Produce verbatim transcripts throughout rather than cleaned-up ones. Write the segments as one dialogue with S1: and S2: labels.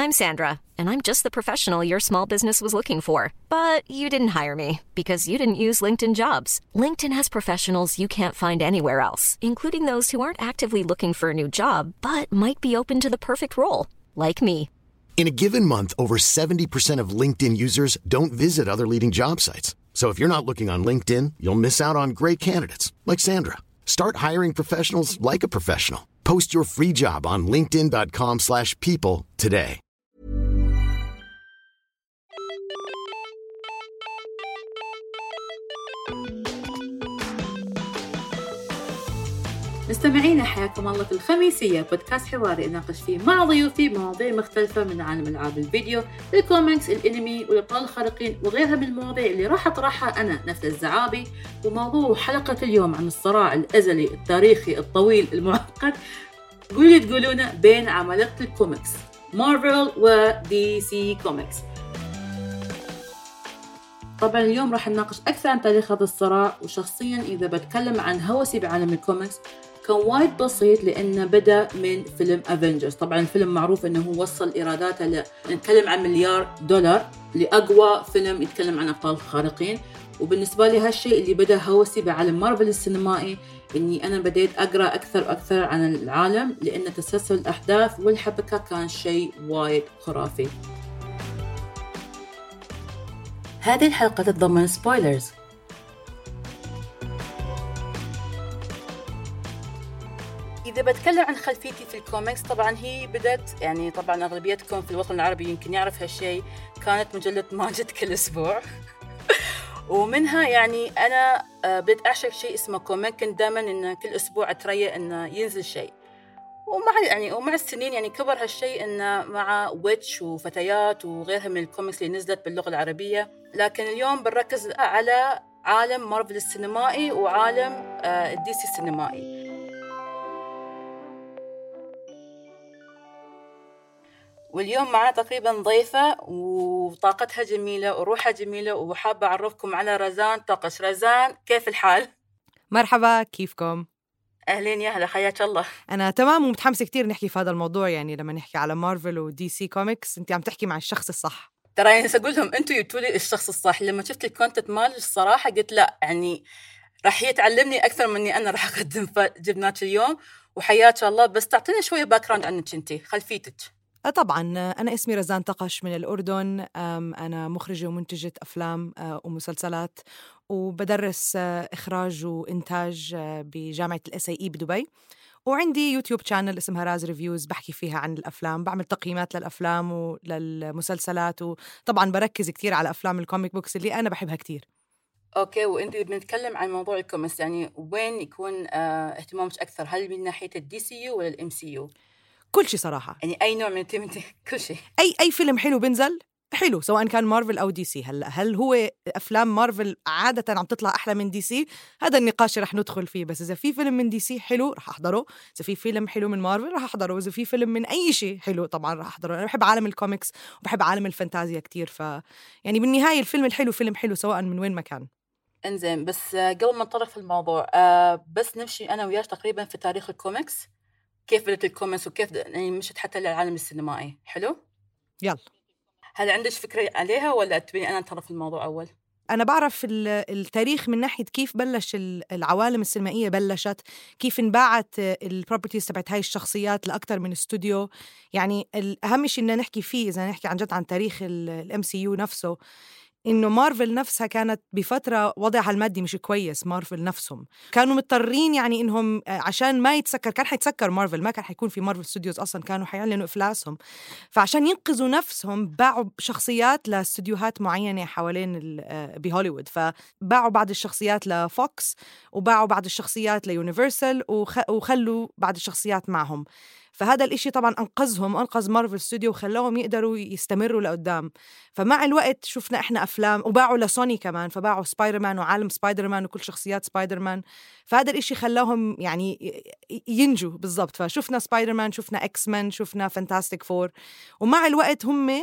S1: I'm Sandra, and I'm just the professional your small business was looking for. But you didn't hire me because you didn't use LinkedIn Jobs. LinkedIn has professionals you can't find anywhere else, including those who aren't actively looking for a new job, but might be open to the perfect role, like me.
S2: In a given month, over seventy percent of LinkedIn users don't visit other leading job sites. So if you're not looking on LinkedIn, you'll miss out on great candidates like Sandra. Start hiring professionals like a professional. Post your free job on linkedin dot com slash people today.
S3: مستمعينا حياكم الله في الخميسية، بودكاست حواري نناقش فيه مع ضيوفي مواضيع مختلفة من عالم ألعاب الفيديو، الكوميكس، الانمي والابطال الخارقين وغيرها من المواضيع اللي راح اطرحها انا نفس الزعابي. وموضوع حلقة اليوم عن الصراع الأزلي التاريخي الطويل المعقد قولي تقولونه بين عمالقة الكوميكس مارفل ودي سي كوميكس. طبعا اليوم راح نناقش أكثر عن تاريخ هذا الصراع، وشخصيا إذا بتكلم عن هوسي بعالم الكوميكس كان وايد بسيط لأنه بدأ من فيلم أفنجرز. طبعا الفيلم معروف أنه وصل إيراداته ل... نتكلم عن مليار دولار لأقوى فيلم يتكلم عن أبطال خارقين. وبالنسبة لي هالشيء اللي بدأ هوسي بعالم مارفل السينمائي، إني أنا بديت أقرأ أكثر وأكثر عن العالم، لأن تسلسل الأحداث والحبكة كان شيء وايد خرافي. هذه الحلقة تتضمن سبويلرز. إذا بتكلم عن خلفيتي في الكوميكس، طبعاً هي بدأت يعني طبعاً أغلبيتكم في الوطن العربي يمكن يعرف هالشيء، كانت مجلة ماجد كل أسبوع ومنها يعني أنا بدأت أعشق شيء اسمه كوميك. كنت دائماً إن كل أسبوع أتريا إنه ينزل شيء، ومع يعني ومع السنين يعني كبر هالشيء إنه مع ويتش وفتيات وغيرها من الكوميكس اللي نزلت باللغة العربية. لكن اليوم بنركز على عالم مارفل السينمائي وعالم الدي سي السينمائي. واليوم معنا تقريبا ضيفة وطاقتها جميلة وروحها جميلة، وحابة أعرفكم على رزان طقش. رزان، كيف الحال؟
S4: مرحبا، كيفكم؟
S3: أهلين يا هلا، حياك الله.
S4: أنا تمام ومتحمسة كتير نحكي في هذا الموضوع. يعني لما نحكي على مارفل ودي سي كوميكس أنت عم تحكي مع الشخص الصح.
S3: ترى يعني أقول لهم أنتوا يتولي الشخص الصح. لما شفت الكونتنت مال الصراحة قلت لا، يعني راح يتعلمني أكثر مني أنا راح أقدم جبنات اليوم. وحياك الله، بس تعطينا شوية باكراوند عنك أنت، خلفيتك.
S4: طبعاً أنا اسمي رزان طقش من الأردن. أنا مخرجة ومنتجة أفلام ومسلسلات، وبدرس إخراج وإنتاج بجامعة الإس إي إي بدبي. وعندي يوتيوب شانل اسمها راز ريفيوز، بحكي فيها عن الأفلام، بعمل تقييمات للأفلام وللمسلسلات، وطبعاً بركز كتير على أفلام الكوميك بوكس اللي أنا بحبها كتير.
S3: أوكي، وأنت بنتكلم عن موضوع الكوميكس، يعني وين يكون اه اهتمامك أكثر؟ هل من ناحية الدي سي يو ولا الام سي يو؟
S4: كل شيء صراحة،
S3: يعني أي نوع من التيم، كل شيء.
S4: أي أي فيلم حلو بنزل حلو، سواء كان مارفل أو دي سي. هلا هل هو أفلام مارفل عادة عم تطلع أحلى من دي سي؟ هذا النقاش رح ندخل فيه. بس إذا في فيلم من دي سي حلو رح أحضره، إذا في فيلم حلو من مارفل رح أحضره، إذا في فيلم من أي شيء حلو طبعا رح أحضره. أنا بحب عالم الكوميكس وبحب عالم الفانتازيا كتير، ف يعني بالنهاية الفيلم الحلو فيلم حلو سواء من وين ما كان.
S3: إنزين، بس قبل ما نطرق في الموضوع آه بس نمشي أنا وياك تقريبا في تاريخ الكوميكس، كيف بدأت الكوميكس وكيف يعني مشت حتى للعالم السينمائي. حلو،
S4: يلا.
S3: هل عندك فكرة عليها ولا تبيني أنا أتطرق في الموضوع أول؟
S4: أنا بعرف التاريخ من ناحية كيف بلش العوالم السينمائية، بلشت كيف انباعت البروبرتيز تبعت هاي الشخصيات لأكتر من استوديو. يعني الأهم شيء إن نحكي فيه إذا نحكي عن جد عن تاريخ الام سي يو نفسه، إنه مارفل نفسها كانت بفترة وضعها المادي مش كويس. مارفل نفسهم كانوا مضطرين يعني إنهم عشان ما يتسكر، كان حيتسكر مارفل، ما كان حيكون في مارفل ستوديوز أصلاً، كانوا حيعلنوا إفلاسهم. فعشان ينقذوا نفسهم باعوا شخصيات لاستوديوهات معينة حوالين بهوليوود. فباعوا بعض الشخصيات لفوكس، وباعوا بعض الشخصيات ليونيفرسال، وخ... وخلوا بعض الشخصيات معهم. فهذا الإشي طبعاً أنقذهم، أنقذ مارفل ستوديو وخلاهم يقدروا يستمروا لقدام. فمع الوقت شفنا إحنا أفلام، وباعوا لسوني كمان، فباعوا سبايدر مان وعالم سبايدر مان وكل شخصيات سبايدر مان. فهذا الإشي خلاهم يعني ينجوا بالضبط. فشفنا سبايدر مان، شفنا إكس مان، شفنا فانتاستيك فور. ومع الوقت هم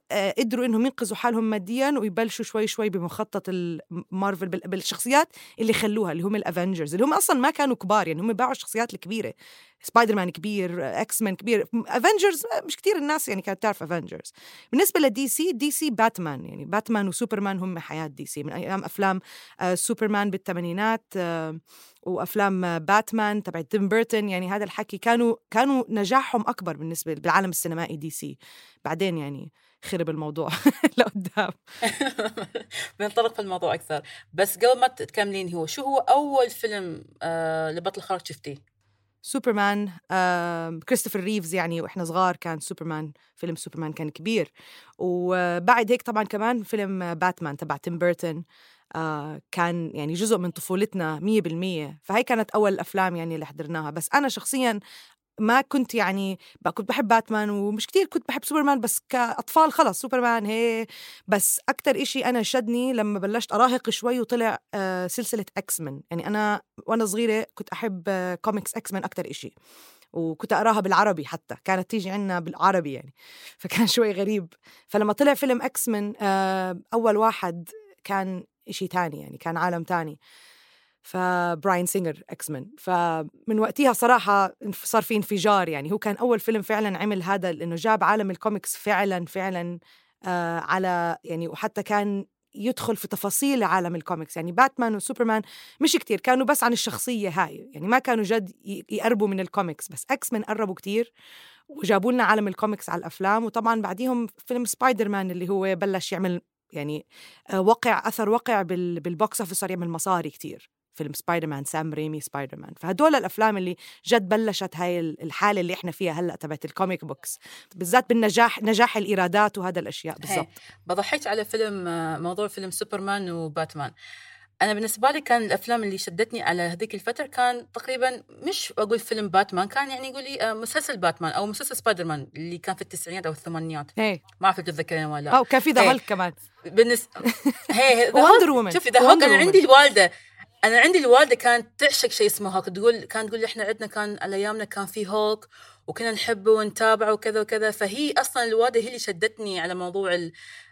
S4: آه قدروا إنهم ينقذوا حالهم مادياً ويبلشوا شوي شوي بمخطط المارفل بالشخصيات اللي خلوها اللي هم الأفنجرز اللي هم أصلاً ما كانوا كبار، يعني هم باعوا الشخصيات الكبيرة. سبايدر مان كبير، اكس مان كبير، افنجرز مش كتير الناس يعني كانت تعرف افنجرز. بالنسبه لدي سي، دي سي باتمان، يعني باتمان وسوبرمان هم حياه دي سي من ايام افلام آه سوبرمان بالثمانينات آه وافلام آه باتمان تبع تيم بيرتون. يعني هذا الحكي كانوا كانوا نجاحهم اكبر بالنسبه بالعالم السينمائي دي سي. بعدين يعني خرب الموضوع لقدام.
S3: بنطرق في الموضوع اكثر، بس قبل ما تكملين، هو شو هو اول فيلم آه لبطل الخارق شفتيه؟
S4: سوبرمان. آه، كريستوفر ريفز، يعني وإحنا صغار كان سوبرمان، فيلم سوبرمان كان كبير. وبعد هيك طبعاً كمان فيلم باتمان تبع تيم بيرتون آه، كان يعني جزء من طفولتنا مية بالمية. فهي كانت أول الأفلام يعني اللي حضرناها. بس أنا شخصياً ما كنت يعني كنت بحب باتمان ومش كتير كنت بحب سوبرمان، بس كأطفال خلص سوبرمان هي. بس أكتر إشي أنا شدني لما بلشت أراهق شوي وطلع آه سلسلة أكس من. يعني أنا وأنا صغيرة كنت أحب آه كوميكس أكس من أكتر إشي، وكنت أراها بالعربي، حتى كانت تيجي عنا بالعربي يعني، فكان شوي غريب. فلما طلع فيلم أكس من آه أول واحد كان إشي تاني، يعني كان عالم تاني. فبراين سينجر اكس مان. فمن وقتها صراحه صار في انفجار. يعني هو كان اول فيلم فعلا عمل هذا، لانه جاب عالم الكوميكس فعلا فعلا آه على يعني، وحتى كان يدخل في تفاصيل عالم الكوميكس. يعني باتمان وسوبرمان مش كتير كانوا بس عن الشخصيه هاي، يعني ما كانوا جد يقربوا من الكوميكس، بس اكس مان قربوا كتير وجابوا لنا عالم الكوميكس على الافلام. وطبعا بعديهم فيلم سبايدر مان اللي هو بلش يعمل يعني آه وقع اثر وقع بالبوكس اوفيس، صار يعمل مصاري كتير. فيلم سبايدر مان، سام ريمي سبايدر مان. فهدول الأفلام اللي جد بلشت هاي الحالة اللي إحنا فيها هلأ تبعت الكوميك بوكس، بالذات بالنجاح نجاح الإيرادات وهذا الأشياء بالضبط.
S3: بضحيت على فيلم موضوع فيلم سوبرمان وباتمان. أنا بالنسبة لي كان الأفلام اللي شدتني على هذيك الفترة كان تقريبا مش أقول فيلم باتمان، كان يعني يقولي مسلسل باتمان أو مسلسل سبايدر مان اللي كان في التسعينات أو الثمانينات.
S4: هي.
S3: ما أعرف تتذكرين ولا لا.
S4: أو كان في ذا هالك كمان
S3: بالنسبة هي
S4: وندر وومن.
S3: شوفي ذا هالك، أنا عندي الوالدة أنا عندي الوالدة كانت تعشق شيء اسمه هالك. تقول كانت تقول إحنا عندنا كان على أيامنا كان في هالك وكنا نحبه ونتابعه وكذا وكذا. فهي أصلاً الوالدة هي اللي شدتني على موضوع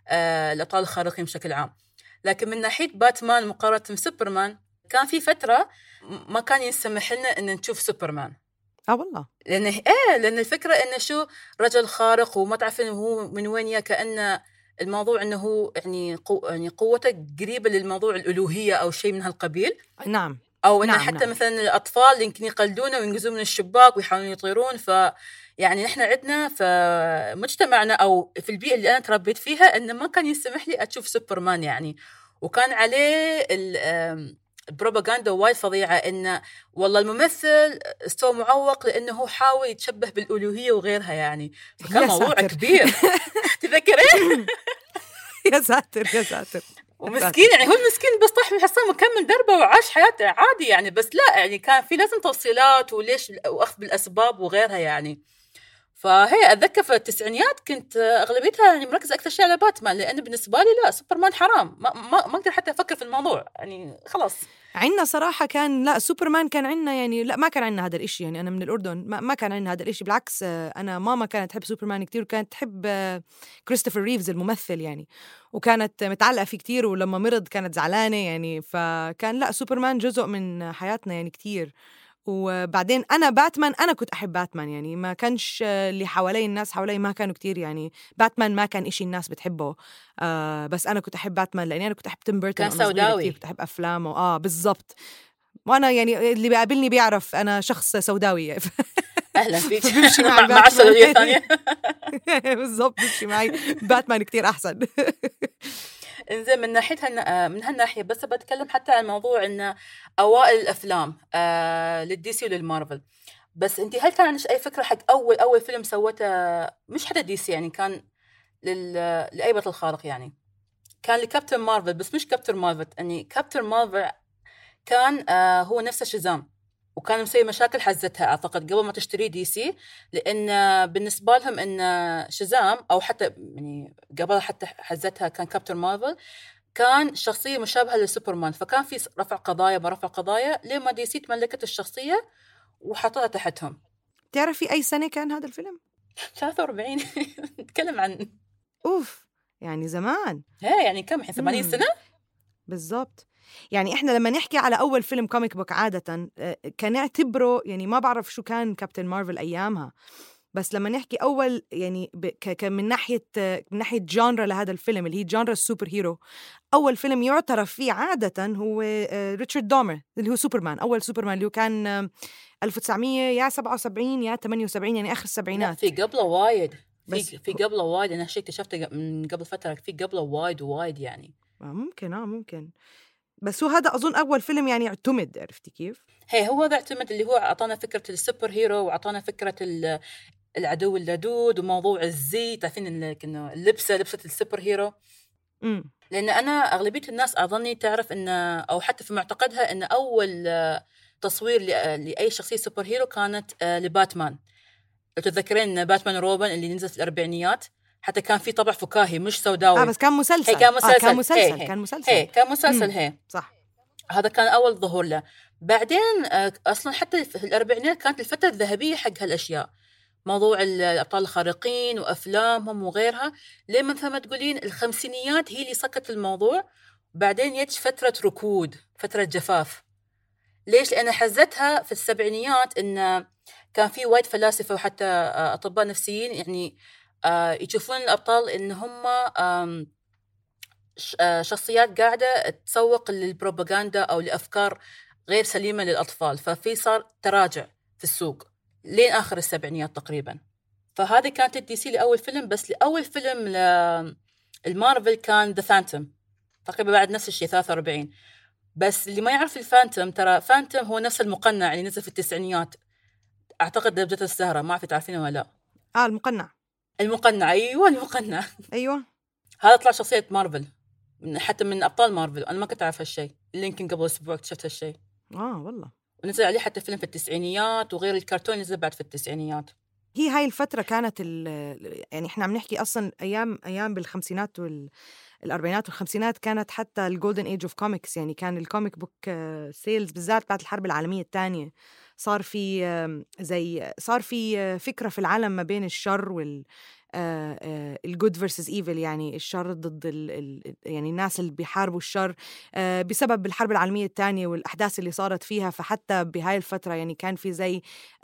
S3: آه الأبطال الخارقين بشكل عام. لكن من ناحية باتمان مقارنة بسوبرمان، كان في فترة ما كان يسمح لنا إن نشوف سوبرمان.
S4: آه والله.
S3: لأن إيه لأن الفكرة إنه شو رجل خارق وما تعرف إنه هو من وين يا، كأنه الموضوع إنه هو يعني قو يعني قوته قريبة للموضوع الألوهية أو شيء من هالقبيل.
S4: نعم.
S3: أو إنه
S4: نعم
S3: حتى
S4: نعم.
S3: مثلا الأطفال يمكن يقلدونه وينقزون من الشباك ويحاولون يطيرون. ف يعني نحن عندنا في مجتمعنا أو في البيئة اللي أنا تربيت فيها إنه ما كان يسمح لي أشوف سوبرمان يعني. وكان عليه البروباغندا وايد فظيعة إنه والله الممثل استوى معوق لأنه هو حاول يتشبه بالألوهية وغيرها يعني. فكان موضوع كبير. تذكرين؟
S4: يا ساتر يا ساتر.
S3: ومسكين يعني هو المسكين بس طاح من حصان وكمل دربه وعاش حياته عادي يعني. بس لا يعني كان في لازم توصيلات وليش وأخذ بالأسباب وغيرها يعني. فهي أتذكر في التسعينيات كنت أغلبيتها يعني مركز أكثر شيء على باتمان، لأن بالنسبة لي لا سوبرمان حرام، ما ما ما أقدر حتى أفكر في الموضوع يعني خلاص.
S4: عنا صراحة كان لا سوبرمان كان عنا يعني لا ما كان عنا هذا الإشي. يعني أنا من الأردن ما, ما كان عنا هذا الإشي. بالعكس أنا ماما كانت تحب سوبرمان كتير وكانت تحب كريستوفر ريفز الممثل يعني، وكانت متعلقة فيه كتير. ولما مرض كانت زعلانة يعني. فكان لا سوبرمان جزء من حياتنا يعني كتير. وبعدين أنا باتمان أنا كنت أحب باتمان يعني. ما كانش اللي حوالي الناس حوالي ما كانوا كتير يعني. باتمان ما كان إشي الناس بتحبه آه بس أنا كنت أحب باتمان لأني أنا كنت أحب تيم بيرتون.
S3: كان سوداوي.
S4: كنت أحب أفلامه. آه بالضبط. وأنا يعني اللي بيقابلني بيعرف أنا شخص سوداوي.
S3: أهلا فيك.
S4: بمشي معي
S3: مع السعودية ثانية.
S4: بالضبط بمشي معي باتمان كتير أحسن.
S3: إنزين من ناحيتها من هالناحية بس بتكلم حتى عن موضوع إن أوائل الأفلام آه للدي سي وللمارفل. بس أنتي هل كان عندك أي فكرة حق أول أول فيلم سوته مش حتى دي سي يعني كان لل لأي بطل خارق يعني؟ كان لكابتن مارفل بس مش كابتن مارفل يعني. كابتن مارفل كان آه هو نفسه شازام، وكان مسوي مشاكل حزتها أعتقد قبل ما تشتري دي سي، لأن بالنسبة لهم إن شازام أو حتى يعني قبل حتى حزتها كان كابتن مارفل كان شخصية مشابهة لسوبرمان. فكان في رفع قضايا برفع قضايا لما دي سي تملكت الشخصية وحطها تحتهم.
S4: تعرفي أي سنة كان هذا الفيلم؟
S3: ثلاثة وأربعين. نتكلم عن
S4: أوف يعني زمان.
S3: هي يعني كم الحين ثمانين سنة
S4: بالضبط. يعني إحنا لما نحكي على أول فيلم كوميك بوك عادة كان نعتبره يعني ما بعرف شو كان كابتن مارفل أيامها، بس لما نحكي أول يعني كان من ناحية من ناحية جانرا لهذا الفيلم اللي هي جانرا السوبر هيرو، أول فيلم يعترف فيه عادة هو ريتشارد دومر اللي هو سوبرمان، أول سوبرمان اللي هو كان ألف وتسعمية يا سبعة وسبعين يا ثمانية وسبعين يعني آخر السبعينات.
S3: في قبله وايد في في قبله وايد أنا شيء اكتشفته من قبل فترة في قبله وايد وايد يعني
S4: ممكن آه ممكن بس هو هذا أظن أول فيلم يعني اعتمد. عرفتي كيف؟
S3: هي هو هذا اعتمد اللي هو أعطانا فكرة السوبر هيرو وأعطانا فكرة العدو اللدود وموضوع الزي تعرفين إنه اللبسة لبسة السوبر هيرو.
S4: امم
S3: لأن أنا أغلبية الناس أظني تعرف إن أو حتى في معتقدها إن أول تصوير لأي شخصية سوبر هيرو كانت لباتمان. لو تتذكرين باتمان روبن اللي نزل في الأربعينيات حتى كان في طبع فكاهي مش سوداوي.
S4: آه بس كان مسلسل.
S3: هي كان مسلسل.
S4: آه كان مسلسل.
S3: هي هي.
S4: كان مسلسل.
S3: هي كان مسلسل. هي
S4: صح.
S3: هذا كان أول ظهور له. بعدين أصلاً حتى في الأربعينيات كانت الفترة الذهبية حق هالأشياء، موضوع الأبطال الخارقين وأفلامهم وغيرها. لما مثل ما تقولين الخمسينيات هي اللي سكت الموضوع، بعدين يتش فترة ركود، فترة جفاف. ليش؟ لأن حزتها في السبعينيات إن كان في وايد فلاسفة وحتى أطباء نفسيين يعني يشوفون الأبطال إن هم شخصيات قاعدة تسوق للبروباغندا أو لأفكار غير سليمة للأطفال، ففي صار تراجع في السوق لين آخر السبعينيات تقريبا. فهذه كانت الدي سي لأول فيلم، بس لأول فيلم للمارفل كان ذا فانتوم تقريبا بعد نفس الشيء ثلاثة وأربعين. بس اللي ما يعرف الفانتوم ترى فانتوم هو نفس المقنع اللي نزل في التسعينيات، أعتقد دبجة السهرة، ما أعرف تعرفينه ولا لا.
S4: آه المقنع
S3: المقنع أيوة المقنع
S4: أيوة
S3: هذا طلع شخصية مارفل حتى من أبطال مارفل. أنا ما كنت أعرف هالشيء اللي يمكن قبل أسبوع اكتشفت هالشيء.
S4: آه والله.
S3: ونزل عليه حتى فيلم في التسعينيات وغير الكرتون نزل بعد في التسعينيات.
S4: هي هاي الفترة كانت يعني إحنا عم نحكي أصلاً أيام أيام بالخمسينات والأربعينات والخمسينات كانت حتى الجولدن إيج أوف كوميكس. يعني كان الكوميك بوك سيلز بالذات بعد الحرب العالمية الثانية صار في زي صار في فكرة في العالم ما بين الشر وال الجود فيرسز ايفل، يعني الشر ضد ال ال يعني الناس اللي بيحاربوا الشر بسبب الحرب العالمية الثانية والأحداث اللي صارت فيها. فحتى بهاي الفترة يعني كان في زي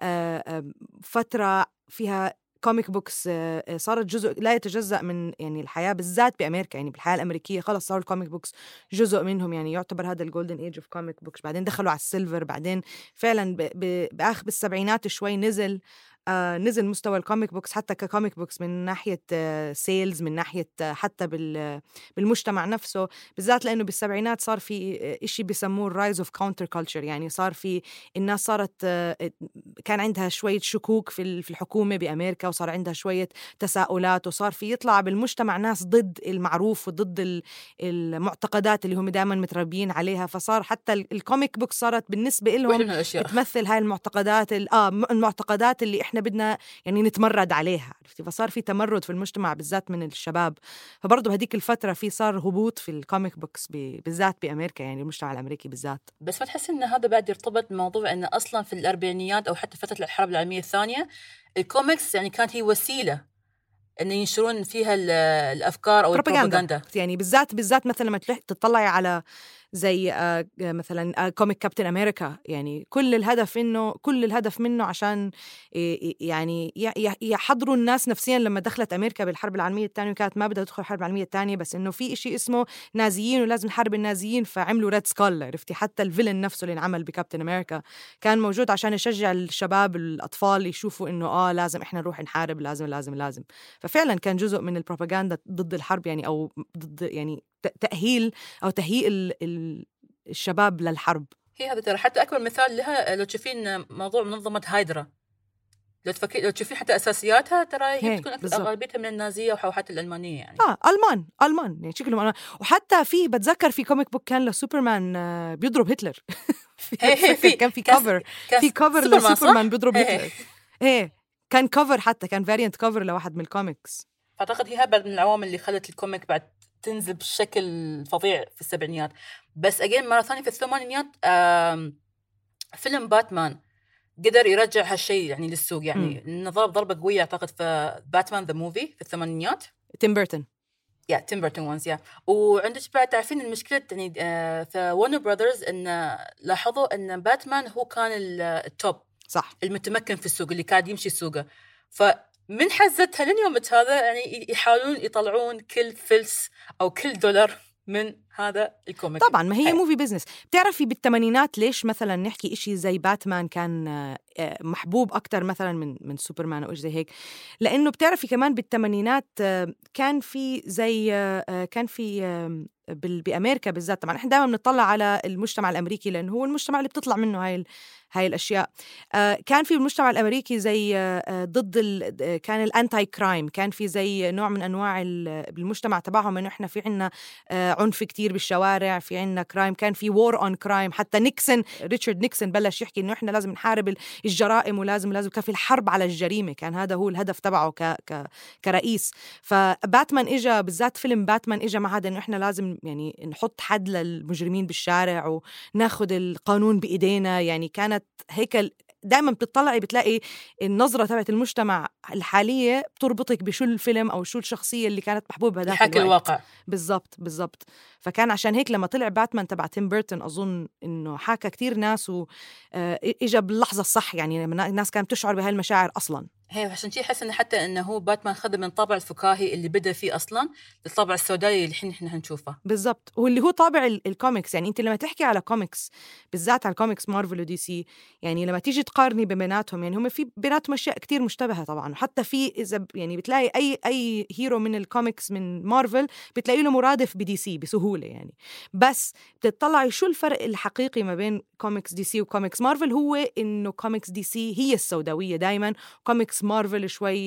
S4: فترة فيها كوميك بوكس صارت جزء لا يتجزأ من يعني الحياة بالذات بأمريكا. يعني بالحياة الأمريكية خلص صاروا الكوميك بوكس جزء منهم، يعني يعتبر هذا الجولدن ايج اوف كوميك بوكس. بعدين دخلوا على السيلفر، بعدين فعلا بآخر بالسبعينات شوي نزل آه نزل مستوى الكوميك بوكس حتى ككوميك بوكس من ناحية آه سيلز، من ناحية آه حتى بالمجتمع نفسه، بالذات لأنه بالسبعينات صار في آه إشي بيسموه الرايز اوف كاونتر كلتشر. يعني صار في الناس صارت آه كان عندها شوية شكوك في في الحكومة بأمريكا، وصار عندها شوية تساؤلات، وصار في يطلع بالمجتمع ناس ضد المعروف وضد المعتقدات اللي هم دائما متربيين عليها. فصار حتى الكوميك بوكس صارت بالنسبة لهم تمثل هاي المعتقدات آه المعتقدات اللي إحنا بدنا يعني نتمرد عليها. عرفتي؟ فصار في تمرد في المجتمع بالذات من الشباب. فبرضه بهديك الفترة في صار هبوط في الكوميك بوكس بالذات بأمريكا، يعني المجتمع الأمريكي بالذات.
S3: بس ما تحس إن هذا بعد يرتبط بموضوع إن أصلاً في الأربعينيات أو حتى فترة الحرب العالمية الثانية الكوميكس يعني كانت هي وسيلة إن ينشرون فيها الأفكار أو البروباغندا.
S4: يعني بالذات بالذات مثلا لما تطلعي على زي آه مثلا آه كوميك كابتن أمريكا، يعني كل الهدف إنه كل الهدف منه عشان يعني يحضروا الناس نفسيا لما دخلت أمريكا بالحرب العالمية الثانية، وكانت ما بدها تدخل الحرب العالمية الثانية بس إنه في إشي اسمه نازيين ولازم نحارب النازيين، فعملوا ريد سكال. عرفتي؟ حتى الفيلن نفسه اللي انعمل بكابتن أمريكا كان موجود عشان يشجع الشباب الأطفال يشوفوا إنه آه لازم إحنا نروح نحارب، لازم لازم لازم. ففعلا كان جزء من البروباغندا ضد الحرب، يعني أو ضد يعني تأهيل أو تهيئ الشباب للحرب.
S3: هي هذا ترى حتى أكبر مثال لها لو تشوفين موضوع منظمة هايدرا، لو تفكر لو تشوفين حتى أساسياتها ترى هي بتكون أغلبيتها من النازية أو حتى الألمانية يعني.
S4: آه ألمان ألمان يعني شكلهم ألمان. وحتى في بتذكر في كوميك بوك كان لسوبرمان آه بيضرب هتلر.
S3: في في
S4: كان في كفر في كفر لسوبرمان بيضرب هتلر. إيه كان كفر، حتى كان فاريانت كفر لواحد من الكوميكس.
S3: أعتقد هي هذا من العوامل اللي خلت الكوميك بعد تنزل بشكل فظيع في السبعينيات. بس أجين مرة ثانية في الثمانينيات فيلم باتمان قدر يرجع هالشيء يعني للسوق، يعني إنه ضرب ضربة قوية أعتقد في باتمان ذا موفي في الثمانينيات.
S4: تيم بيرتون
S3: يا تيم بيرتون وانز يا وعندك بعد تعرفين المشكلة يعني آه في وارنر براذرز إن لاحظوا إن باتمان هو كان التوب
S4: صح
S3: المتمكن في السوق اللي قاعد يمشي سوقه فمن حزتها لين يومت هذا يعني يحاولون يطلعون كل فلس أو كل دولار من هذا الكوميك.
S4: طبعا ما هي أي. موفي بيزنس. بتعرفي بالثمانينات ليش مثلا نحكي إشي زي باتمان كان محبوب أكتر مثلا من من سوبرمان أو إيش زي هيك؟ لأنه بتعرفي كمان بالثمانينات كان في زي كان في بأمريكا بالذات. طبعا احنا دائما بنطلع على المجتمع الأمريكي لأنه هو المجتمع اللي بتطلع منه هاي هاي الأشياء. كان في المجتمع الأمريكي زي ضد ال... كان الأنتاي كرايم، كان في زي نوع من أنواع المجتمع تبعهم إنه إحنا في عنا عنف كتير بالشوارع، في عنا كرايم، كان في وور أون كرايم. حتى نيكسون ريتشارد نيكسون بلش يحكي إنه إحنا لازم نحارب الجرائم ولازم لازم كان في الحرب على الجريمة، كان هذا هو الهدف تبعه ك... ك... كرئيس. فباتمان إجا بالذات فيلم باتمان إجا مع هذا إنه إحنا لازم يعني نحط حد للمجرمين بالشارع وناخد القانون بإيدينا. يعني كانت هيك دائما بتطلعي بتلاقي النظرة تبعت المجتمع الحالية بتربطك بشو الفيلم أو شو الشخصية اللي كانت محبوبة هذاك
S3: الوقت. الواقع بالضبط
S4: بالضبط. فكان عشان هيك لما طلع باتمان تبع تيم بيرتون أظن إنه حاكى كتير ناس وإجا باللحظة الصح. يعني الناس كانت تشعر بهاي المشاعر أصلاً.
S3: هي عشان شيء حس إن حتى إنه هو باتمان خذ من طابع الفكاهي اللي بدأ فيه أصلاً للطابع السوداوي اللي الحين إحنا هنشوفه.
S4: بالضبط، واللي هو طابع الكوميكس. يعني أنت لما تحكي على كوميكس بالذات على الكوميكس مارفل ودي سي، يعني لما تيجي تقارني بيناتهم يعني هم في بيناتهم أشياء كتير مشتبهة طبعاً. وحتى في إذا يعني بتلاقي أي أي هيرو من الكوميكس من مارفل بتلاقي له مرادف بدي سي بسهولة يعني. بس بتطلعي شو الفرق الحقيقي ما بين كوميكس دي سي وكوميكس مارفل، هو إنه كوميكس دي سي هي السوداوية دايماً، كوميكس مارفل شوي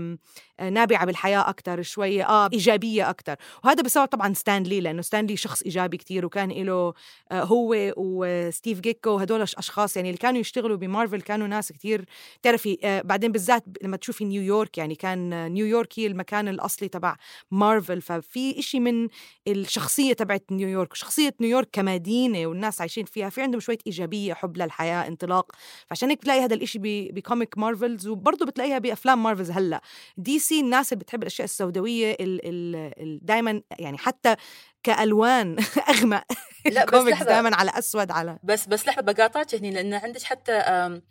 S4: نابعة بالحياة أكتر، شوي آه إيجابية أكتر. وهذا بسبب طبعاً ستانلي، لأنه ستانلي شخص إيجابي كتير وكان له آه هو وستيف جيكو هدول أشخاص يعني اللي كانوا يشتغلوا بمارفل كانوا ناس كتير تعرفي. آه بعدين بالذات لما تشوفي نيويورك، يعني كان نيويورك هي المكان الأصلي تبع مارفل، ففي إشي من الشخصية تبعت نيويورك، شخصية نيويورك كمدينة والناس عايشين فيها في عندهم شوية إيجابية، حب للحياة، انطلاق. فعشان هيك بتلاقي هذا الإشي بكوميك مارفلز، وبرضه بتلاقيها بأفلام مارفلز. هلا دي سي الناس اللي بتحب الأشياء السوداوية ال ال ال دايما يعني حتى كألوان أغمق الكوميكس دايما على أسود على
S3: بس بس لحظة بقاطعك هني، لأن عندك حتى آم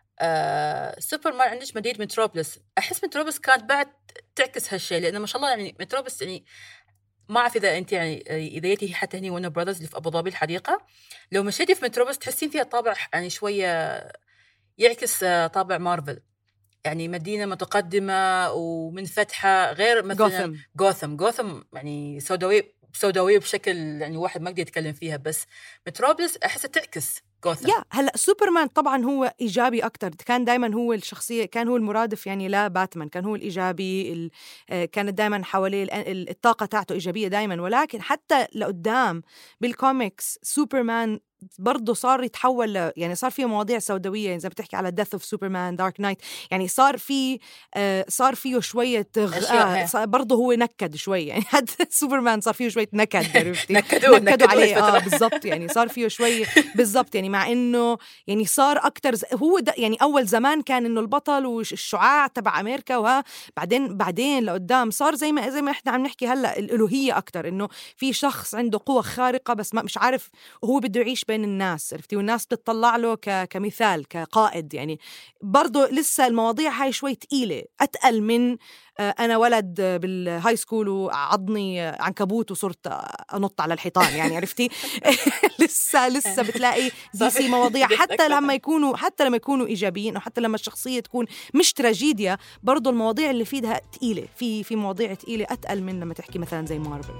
S3: آه سوبرمان عندك مدينة متروبوليس. أحس متروبوليس كانت بعد تعكس هالشيء، لأنه ما شاء الله يعني متروبوليس يعني ما أعرف إذا أنت يعني إذا يتي حتى هني ورنر براذرز اللي في أبو ظبي الحديقة، لو مشيتي في متروبوليس تحسين فيها طابع يعني شوية يعكس طابع مارفل، يعني مدينة متقدمة ومنفتحة غير مثلا غوثم. غوثم يعني سوداوية سوداوية بشكل يعني واحد ما يقدر يتكلم فيها، بس متروبوليس أحسها تعكس غوثم.
S4: يا هلا سوبرمان طبعا هو إيجابي أكتر، كان دايما هو الشخصية، كان هو المرادف يعني لا باتمان، كان هو الإيجابي، كانت دايما حواليه الطاقة تاعته إيجابية دايما. ولكن حتى لقدام بالكوميكس سوبرمان برضه صار يتحول ل... يعني صار فيه مواضيع سوداوية، يعني إذا بتحكي على Death of Superman, Dark Knight، يعني صار فيه آه صار فيه شوية آه برضه هو نكد شوية، يعني هذا سوبرمان صار فيه شوية نكد، عرفتي؟
S3: نكدوا
S4: نكدوا عليه آه بالضبط، يعني صار فيه شوية بالضبط. يعني مع إنه يعني صار أكتر ز... هو ده يعني أول زمان كان إنه البطل والشعاع تبع أمريكا، وها بعدين بعدين لقدام صار زي ما زي ما إحنا عم نحكي هلا الألوهية أكتر، إنه في شخص عنده قوة خارقة بس ما مش عارف وهو بده يعيش بين الناس، عرفتي؟ والناس بتطلع له ك... كمثال كقائد. يعني برضو لسه المواضيع هاي شوي تقيلة، أتقل من أنا ولد بالهاي سكول وعضني عنكبوت وصرت أنط على الحيطان، يعني عرفتي؟ لسه لسه بتلاقي دي سي مواضيع حتى لما يكونوا حتى لما يكونوا إيجابيين أو حتى لما الشخصية تكون مش تراجيديا، برضو المواضيع اللي فيها تقيلة، في في مواضيع تقيلة أتقل من لما تحكي مثلا زي مارفل.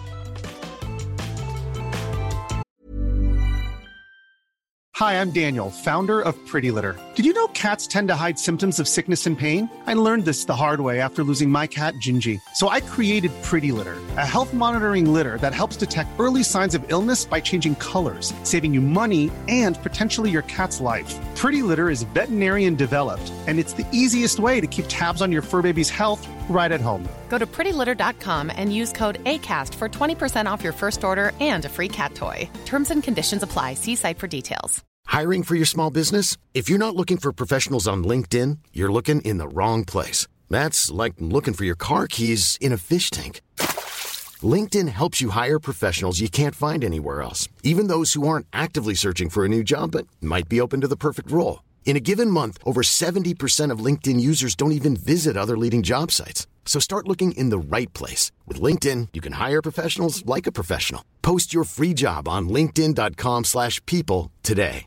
S5: Hi, I'm Daniel, founder of Pretty Litter. Did you know cats tend to hide symptoms of sickness and pain? I learned this the hard way after losing my cat, Gingy. So I created Pretty Litter, a health monitoring litter that helps detect early signs of illness by changing colors, saving you money and potentially your cat's life. Pretty Litter is veterinarian developed, and it's the easiest way to keep tabs on your fur baby's health right at home.
S6: Go to pretty litter dot com and use code ACAST for twenty percent off your first order and a free cat toy. Terms and conditions apply. See site for details.
S2: Hiring for your small business? If you're not looking for professionals on LinkedIn, you're looking in the wrong place. That's like looking for your car keys in a fish tank. LinkedIn helps you hire professionals you can't find anywhere else, even those who aren't actively searching for a new job but might be open to the perfect role. In a given month, over seventy percent of LinkedIn users don't even visit other leading job sites. So start looking in the right place. With LinkedIn, you can hire professionals like a professional. Post your free job on linkedin dot com slash people today.